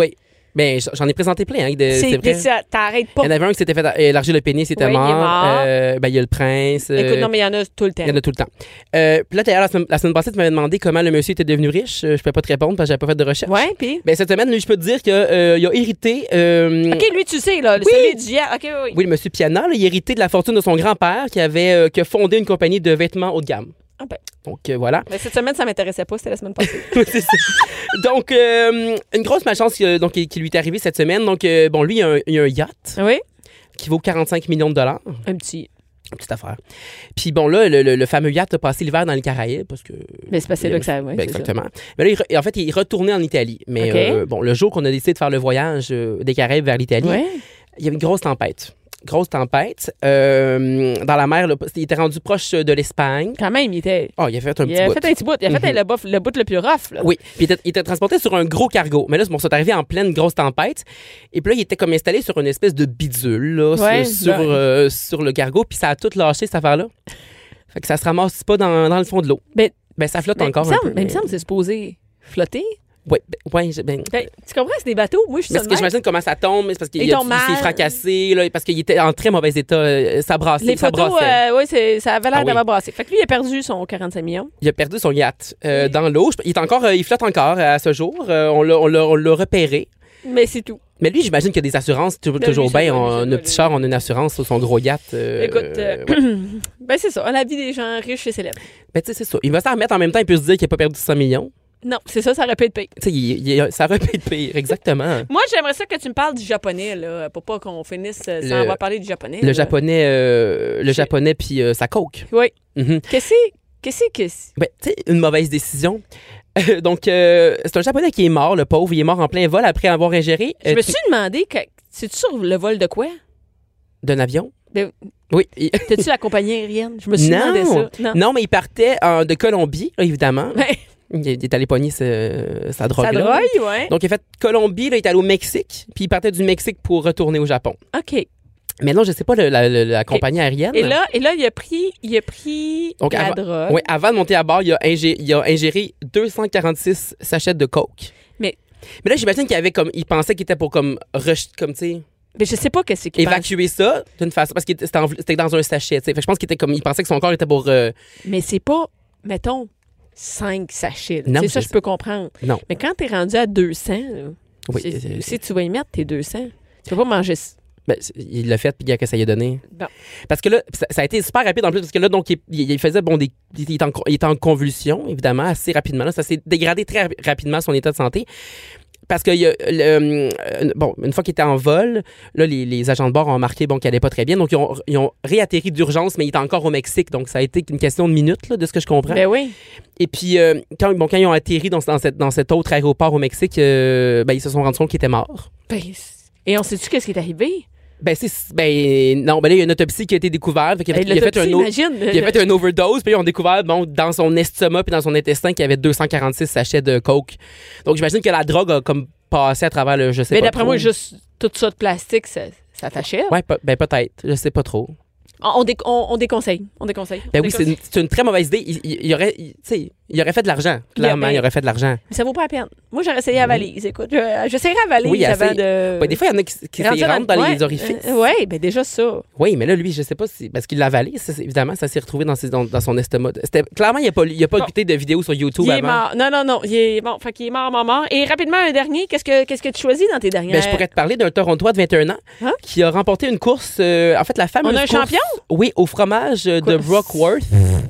[SPEAKER 7] Ben, j'en ai présenté plein. Hein, de,
[SPEAKER 8] C'est,
[SPEAKER 7] c'est vrai.
[SPEAKER 8] ça, t'arrêtes pas.
[SPEAKER 7] Il y en avait un qui s'était fait élargir le pénis, c'était
[SPEAKER 8] Oui, il est
[SPEAKER 7] mort.
[SPEAKER 8] mort.
[SPEAKER 7] Euh, ben, il y a le prince. euh,
[SPEAKER 8] Écoute, non, mais il y en a tout le temps.
[SPEAKER 7] Il y en a tout le temps. Euh, puis là, d'ailleurs, la semaine, la semaine passée, tu m'avais demandé comment le monsieur était devenu riche. Euh, je peux pas te répondre parce que j'avais pas fait de recherche.
[SPEAKER 8] Ouais, puis.
[SPEAKER 7] Ben, cette semaine, lui, je peux te dire qu'il euh, a hérité. euh,
[SPEAKER 8] OK, lui, tu sais, là,
[SPEAKER 7] Oui.
[SPEAKER 8] celui d'hier. OK, oui, oui.
[SPEAKER 7] Oui, le monsieur Piana, là, il a hérité de la fortune de son grand-père qui avait euh, qui a fondé une compagnie de vêtements haut de gamme.
[SPEAKER 8] Ah ben.
[SPEAKER 7] Donc, euh, voilà.
[SPEAKER 8] Mais cette semaine, ça m'intéressait pas, c'était la semaine passée.
[SPEAKER 7] C'est ça. Donc, euh, une grosse malchance euh, donc, qui qui lui est arrivée cette semaine. Donc, euh, bon, lui, il a, un, il a un yacht
[SPEAKER 8] Oui?
[SPEAKER 7] qui vaut quarante-cinq millions de dollars.
[SPEAKER 8] Un petit.
[SPEAKER 7] Une petite affaire. Puis bon, là, le, le, le fameux yacht a passé l'hiver dans les Caraïbes parce que...
[SPEAKER 8] Mais c'est passé là que ça. Ouais,
[SPEAKER 7] Ben,
[SPEAKER 8] c'est ça.
[SPEAKER 7] exactement. Mais là, il re- en fait, il est retourné en Italie. Mais
[SPEAKER 8] OK.
[SPEAKER 7] euh, bon, le jour qu'on a décidé de faire le voyage euh, des Caraïbes vers l'Italie,
[SPEAKER 8] Ouais.
[SPEAKER 7] il y avait une grosse tempête. Grosse tempête. Euh, dans la mer, là, il était rendu proche de l'Espagne.
[SPEAKER 8] Quand même, il était.
[SPEAKER 7] Oh, il a fait un
[SPEAKER 8] Il
[SPEAKER 7] petit
[SPEAKER 8] a
[SPEAKER 7] bout.
[SPEAKER 8] fait un petit bout. Il a fait
[SPEAKER 7] Mhm.
[SPEAKER 8] le, bout, le bout le plus rough. Là.
[SPEAKER 7] Oui, puis il était, il était transporté sur un gros cargo. Mais là, bon, c'est arrivé en pleine grosse tempête. Et puis là, il était comme installé sur une espèce de bidule là,
[SPEAKER 8] Ouais,
[SPEAKER 7] sur, sur,
[SPEAKER 8] ben.
[SPEAKER 7] euh, sur le cargo. Puis ça a tout lâché, cette affaire-là. Fait que ça se ramasse pas dans, dans le fond de l'eau.
[SPEAKER 8] Ben,
[SPEAKER 7] Ben, ça flotte
[SPEAKER 8] Mais
[SPEAKER 7] encore
[SPEAKER 8] il me
[SPEAKER 7] un
[SPEAKER 8] semble-
[SPEAKER 7] peu.
[SPEAKER 8] mais il me semble que c'est supposé flotter.
[SPEAKER 7] Ouais, ben, ouais, je- ben,
[SPEAKER 8] Ben, tu comprends, c'est des bateaux. Moi, je suis
[SPEAKER 7] parce que j'imagine comment ça tombe, mais c'est parce qu'il
[SPEAKER 8] Il
[SPEAKER 7] y a
[SPEAKER 8] tombe
[SPEAKER 7] du- il s'est
[SPEAKER 8] mal.
[SPEAKER 7] fracassé, là, parce qu'il était en très mauvais état. euh, Ça brassait,
[SPEAKER 8] Les
[SPEAKER 7] ça
[SPEAKER 8] photos,
[SPEAKER 7] brassait.
[SPEAKER 8] euh, oui, c'est- ça avait l'air
[SPEAKER 7] Ah oui.
[SPEAKER 8] d'avoir brassé. Fait que lui, il a perdu son quarante-cinq millions.
[SPEAKER 7] Il a perdu son yacht euh, dans l'eau. Je- Il est encore, euh, il flotte encore euh, à ce jour. Euh, on l'a, on l'a, on l'a repéré.
[SPEAKER 8] Mais c'est tout.
[SPEAKER 7] Mais lui, j'imagine qu'il y a des assurances tou-
[SPEAKER 8] Ben,
[SPEAKER 7] toujours
[SPEAKER 8] lui, c'est
[SPEAKER 7] bien.
[SPEAKER 8] ça,
[SPEAKER 7] On
[SPEAKER 8] lui, c'est
[SPEAKER 7] a un
[SPEAKER 8] ça,
[SPEAKER 7] petit
[SPEAKER 8] lui.
[SPEAKER 7] char, on a une assurance sur son gros yacht. euh,
[SPEAKER 8] Écoute, euh,
[SPEAKER 7] ouais.
[SPEAKER 8] ben c'est ça. La vie des gens riches et célèbres.
[SPEAKER 7] Ben, tu sais, c'est ça. Il va s'en remettre en même temps. Il peut se dire qu'il n'a pas perdu cent millions.
[SPEAKER 8] Non, c'est ça, ça aurait pu être pire.
[SPEAKER 7] Tu sais, il- il- ça aurait pu être pire. Exactement.
[SPEAKER 8] Moi, j'aimerais ça que tu me parles du japonais, là, pour pas qu'on finisse euh, sans
[SPEAKER 7] Le-
[SPEAKER 8] avoir parlé du japonais.
[SPEAKER 7] Le
[SPEAKER 8] là.
[SPEAKER 7] japonais, euh, le
[SPEAKER 8] Je-
[SPEAKER 7] japonais puis euh, sa coke.
[SPEAKER 8] Oui.
[SPEAKER 7] Mhm.
[SPEAKER 8] Qu'est-ce que qu'est-ce que c'est?
[SPEAKER 7] Ben, tu sais, une mauvaise décision. Donc, euh, c'est un japonais qui est mort, le pauvre. Il est mort en plein vol après avoir ingéré
[SPEAKER 8] Je
[SPEAKER 7] euh,
[SPEAKER 8] me suis demandé, que, c'est-tu sur le vol de quoi?
[SPEAKER 7] d'un avion.
[SPEAKER 8] De-
[SPEAKER 7] Oui. il-
[SPEAKER 8] T'as-tu la compagnie aérienne? Je me suis
[SPEAKER 7] Non.
[SPEAKER 8] demandé ça. Non.
[SPEAKER 7] Non, mais il partait euh, de Colombie, là, évidemment.
[SPEAKER 8] Ouais.
[SPEAKER 7] Il il est allé pogner ce- sa drogue.
[SPEAKER 8] Ça
[SPEAKER 7] là.
[SPEAKER 8] drogue, ouais.
[SPEAKER 7] Donc, il a fait Colombie, là, il est allé au Mexique, puis il partait du Mexique pour retourner au Japon.
[SPEAKER 8] OK.
[SPEAKER 7] Mais non, je sais pas le- la, la- la compagnie aérienne.
[SPEAKER 8] Et là, et là, il a pris, il a pris
[SPEAKER 7] Donc,
[SPEAKER 8] la
[SPEAKER 7] avant-
[SPEAKER 8] drogue.
[SPEAKER 7] Oui, avant de monter à bord, il a, ingé- il a ingéré deux cent quarante-six sachets de coke.
[SPEAKER 8] Mais-
[SPEAKER 7] Mais là, j'imagine qu'il avait comme, il pensait qu'il était pour comme, rush, comme, tu sais,
[SPEAKER 8] Mais je sais pas qu'est-ce qu'il pense.
[SPEAKER 7] évacuer ça d'une façon, parce que c'était en- c'était dans un sachet, tu sais. Fait que je pense qu'il était comme, il pensait que son corps était pour, euh,
[SPEAKER 8] Mais c'est pas, mettons, cinq sachets.
[SPEAKER 7] Non,
[SPEAKER 8] C'est ça,
[SPEAKER 7] je
[SPEAKER 8] je peux comprendre.
[SPEAKER 7] non.
[SPEAKER 8] Mais quand t'es rendu à deux cents, là,
[SPEAKER 7] Oui,
[SPEAKER 8] c'est-
[SPEAKER 7] c'est-
[SPEAKER 8] si tu vas y mettre tes deux cents, tu peux pas manger ça.
[SPEAKER 7] Ben, c'est- il l'a fait, puis gars, que ça y a donné.
[SPEAKER 8] Bon.
[SPEAKER 7] Parce que là, ça, ça a été super rapide en plus, parce que là, donc, il, il- il faisait, bon, des, il, était en, il était en convulsion, évidemment, assez rapidement. Là, ça s'est dégradé très rapi- rapidement, son état de santé. Parce que, il y a le, euh, bon, une fois qu'il était en vol, là, les, les agents de bord ont remarqué, bon, qu'il allait pas très bien. Donc, ils ont, ils ont réatterri d'urgence, mais il était encore au Mexique. Donc, ça a été une question de minutes, là, de ce que je comprends.
[SPEAKER 8] Ben oui.
[SPEAKER 7] Et puis, euh, quand, bon, quand ils ont atterri dans, dans, cette, dans cet autre aéroport au Mexique, euh, ben, ils se sont rendus compte qu'il était mort.
[SPEAKER 8] Ben, c'est- et on sait-tu qu'est-ce qui est arrivé?
[SPEAKER 7] Ben, c'est, ben, non, ben là, il y a une autopsie qui a été découverte. Fait qu'il a fait-
[SPEAKER 8] Hey,
[SPEAKER 7] il a fait un
[SPEAKER 8] l'autopsie,
[SPEAKER 7] o-
[SPEAKER 8] imagine.
[SPEAKER 7] il a fait un overdose, puis ils ont découvert, bon, dans son estomac puis dans son intestin qu'il y avait deux cent quarante-six sachets de coke. Donc, j'imagine que la drogue a comme passé à travers le, je sais
[SPEAKER 8] Mais
[SPEAKER 7] pas
[SPEAKER 8] d'après
[SPEAKER 7] trop.
[SPEAKER 8] moi, juste tout ça de plastique, ça, ça t'achève.
[SPEAKER 7] Ouais, pe- ben peut-être, je sais pas trop.
[SPEAKER 8] On, on, dé- on, on déconseille. On déconseille.
[SPEAKER 7] Ben
[SPEAKER 8] On
[SPEAKER 7] oui, c'est
[SPEAKER 8] déconseille.
[SPEAKER 7] une, c'est une très mauvaise idée. Il, il- il aurait, il- tu sais, il aurait fait de l'argent. Clairement,
[SPEAKER 8] ben-
[SPEAKER 7] il aurait fait de l'argent.
[SPEAKER 8] Mais ça vaut pas la peine. Moi, j'aurais essayé à valise. Écoute, je- j'essaierais à valise
[SPEAKER 7] Oui,
[SPEAKER 8] avant
[SPEAKER 7] essaye.
[SPEAKER 8] de.
[SPEAKER 7] Ouais, des fois, il y en a qui, qui
[SPEAKER 8] Rendu
[SPEAKER 7] s'y rentrent dans
[SPEAKER 8] ouais,
[SPEAKER 7] les orifices.
[SPEAKER 8] euh, ouais, ben déjà ça.
[SPEAKER 7] Oui, mais là, lui, je sais pas si. Parce qu'il l'a avalé, ça, c'est- évidemment, ça s'est retrouvé dans, ses, dans, dans son estomac. C'était, clairement, il n'y a pas, il y a pas
[SPEAKER 8] Bon.
[SPEAKER 7] écouté de vidéo sur YouTube
[SPEAKER 8] Il est
[SPEAKER 7] avant.
[SPEAKER 8] mort. Non, non, non. Il est bon. Fait qu'il est mort, mort, mort. Et rapidement, un dernier. Qu'est-ce que, qu'est-ce que tu choisis dans tes dernières?
[SPEAKER 7] Ben, je pourrais te parler d'un Torontois de vingt et un ans
[SPEAKER 8] Hein?
[SPEAKER 7] qui a remporté une course, euh, en fait, la fameuse
[SPEAKER 8] On a un
[SPEAKER 7] course-
[SPEAKER 8] champion?
[SPEAKER 7] Oui, au fromage euh, de
[SPEAKER 8] Quoi?
[SPEAKER 7] Brockworth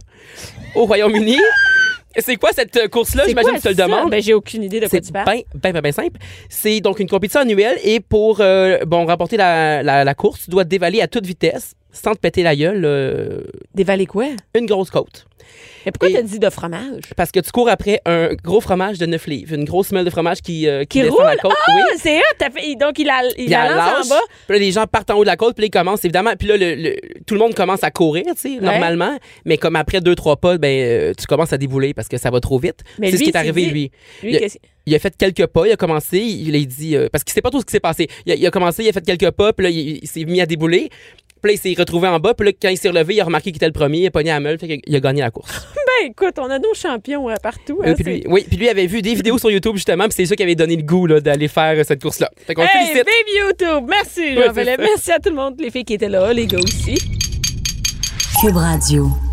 [SPEAKER 7] au Royaume-Uni. C'est quoi cette euh, course-là?
[SPEAKER 8] C'est
[SPEAKER 7] J'imagine
[SPEAKER 8] quoi,
[SPEAKER 7] que tu te le
[SPEAKER 8] ça?
[SPEAKER 7] demandes.
[SPEAKER 8] Ben, j'ai aucune idée de quoi
[SPEAKER 7] C'est
[SPEAKER 8] tu parles.
[SPEAKER 7] bien, bien, bien, bien simple. C'est donc une compétition annuelle et pour euh, bon, remporter la, la, la course, tu dois te dévaler à toute vitesse sans te péter la gueule euh,
[SPEAKER 8] Dévaler quoi?
[SPEAKER 7] une grosse côte.
[SPEAKER 8] Mais pourquoi
[SPEAKER 7] Et-
[SPEAKER 8] t'as dit de fromage?
[SPEAKER 7] Parce que tu cours après un gros fromage de neuf livres, une grosse semelle de fromage qui, euh, qui,
[SPEAKER 8] Qui
[SPEAKER 7] descend
[SPEAKER 8] roule?
[SPEAKER 7] la côte.
[SPEAKER 8] Ah,
[SPEAKER 7] Oui.
[SPEAKER 8] c'est eux. T'as fait... Donc, il la, il
[SPEAKER 7] Il
[SPEAKER 8] la
[SPEAKER 7] la
[SPEAKER 8] lance
[SPEAKER 7] lâche,
[SPEAKER 8] en bas.
[SPEAKER 7] puis là, les gens partent en haut de la côte, puis là, ils commencent, évidemment. Puis là, le, le- tout le monde commence à courir, tu sais, normalement. Mais comme après deux, trois pas, ben, euh, tu commences à débouler parce que ça va trop vite.
[SPEAKER 8] Mais
[SPEAKER 7] c'est ce
[SPEAKER 8] lui,
[SPEAKER 7] qui est
[SPEAKER 8] il s'est
[SPEAKER 7] arrivé,
[SPEAKER 8] dit-
[SPEAKER 7] lui.
[SPEAKER 8] Lui,
[SPEAKER 7] Il-
[SPEAKER 8] qu'est-ce-
[SPEAKER 7] Il a fait quelques pas, il a commencé, il a dit... euh, parce qu'il sait pas tout ce qui s'est passé. Il a, il a commencé, il a fait quelques pas, puis là, il, il s'est mis à débouler. Puis là, il s'est retrouvé en bas. Puis là, quand il s'est relevé, il a remarqué qu'il était le premier. Il a pogné à la meule. Fait qu'il a gagné la course.
[SPEAKER 4] Ben, écoute, on a nos champions euh, partout. Hein,
[SPEAKER 7] euh, puis lui, oui, puis lui avait vu des vidéos sur YouTube, justement. Puis c'est ça qui avait donné le goût là, d'aller faire euh, cette course-là. Fait qu'on
[SPEAKER 4] hey,
[SPEAKER 7] le félicite.
[SPEAKER 4] vive YouTube! Merci,
[SPEAKER 7] ouais,
[SPEAKER 4] Jean-Philippe. Merci à tout le monde, les filles qui étaient là, les gars aussi.
[SPEAKER 2] Cube Radio.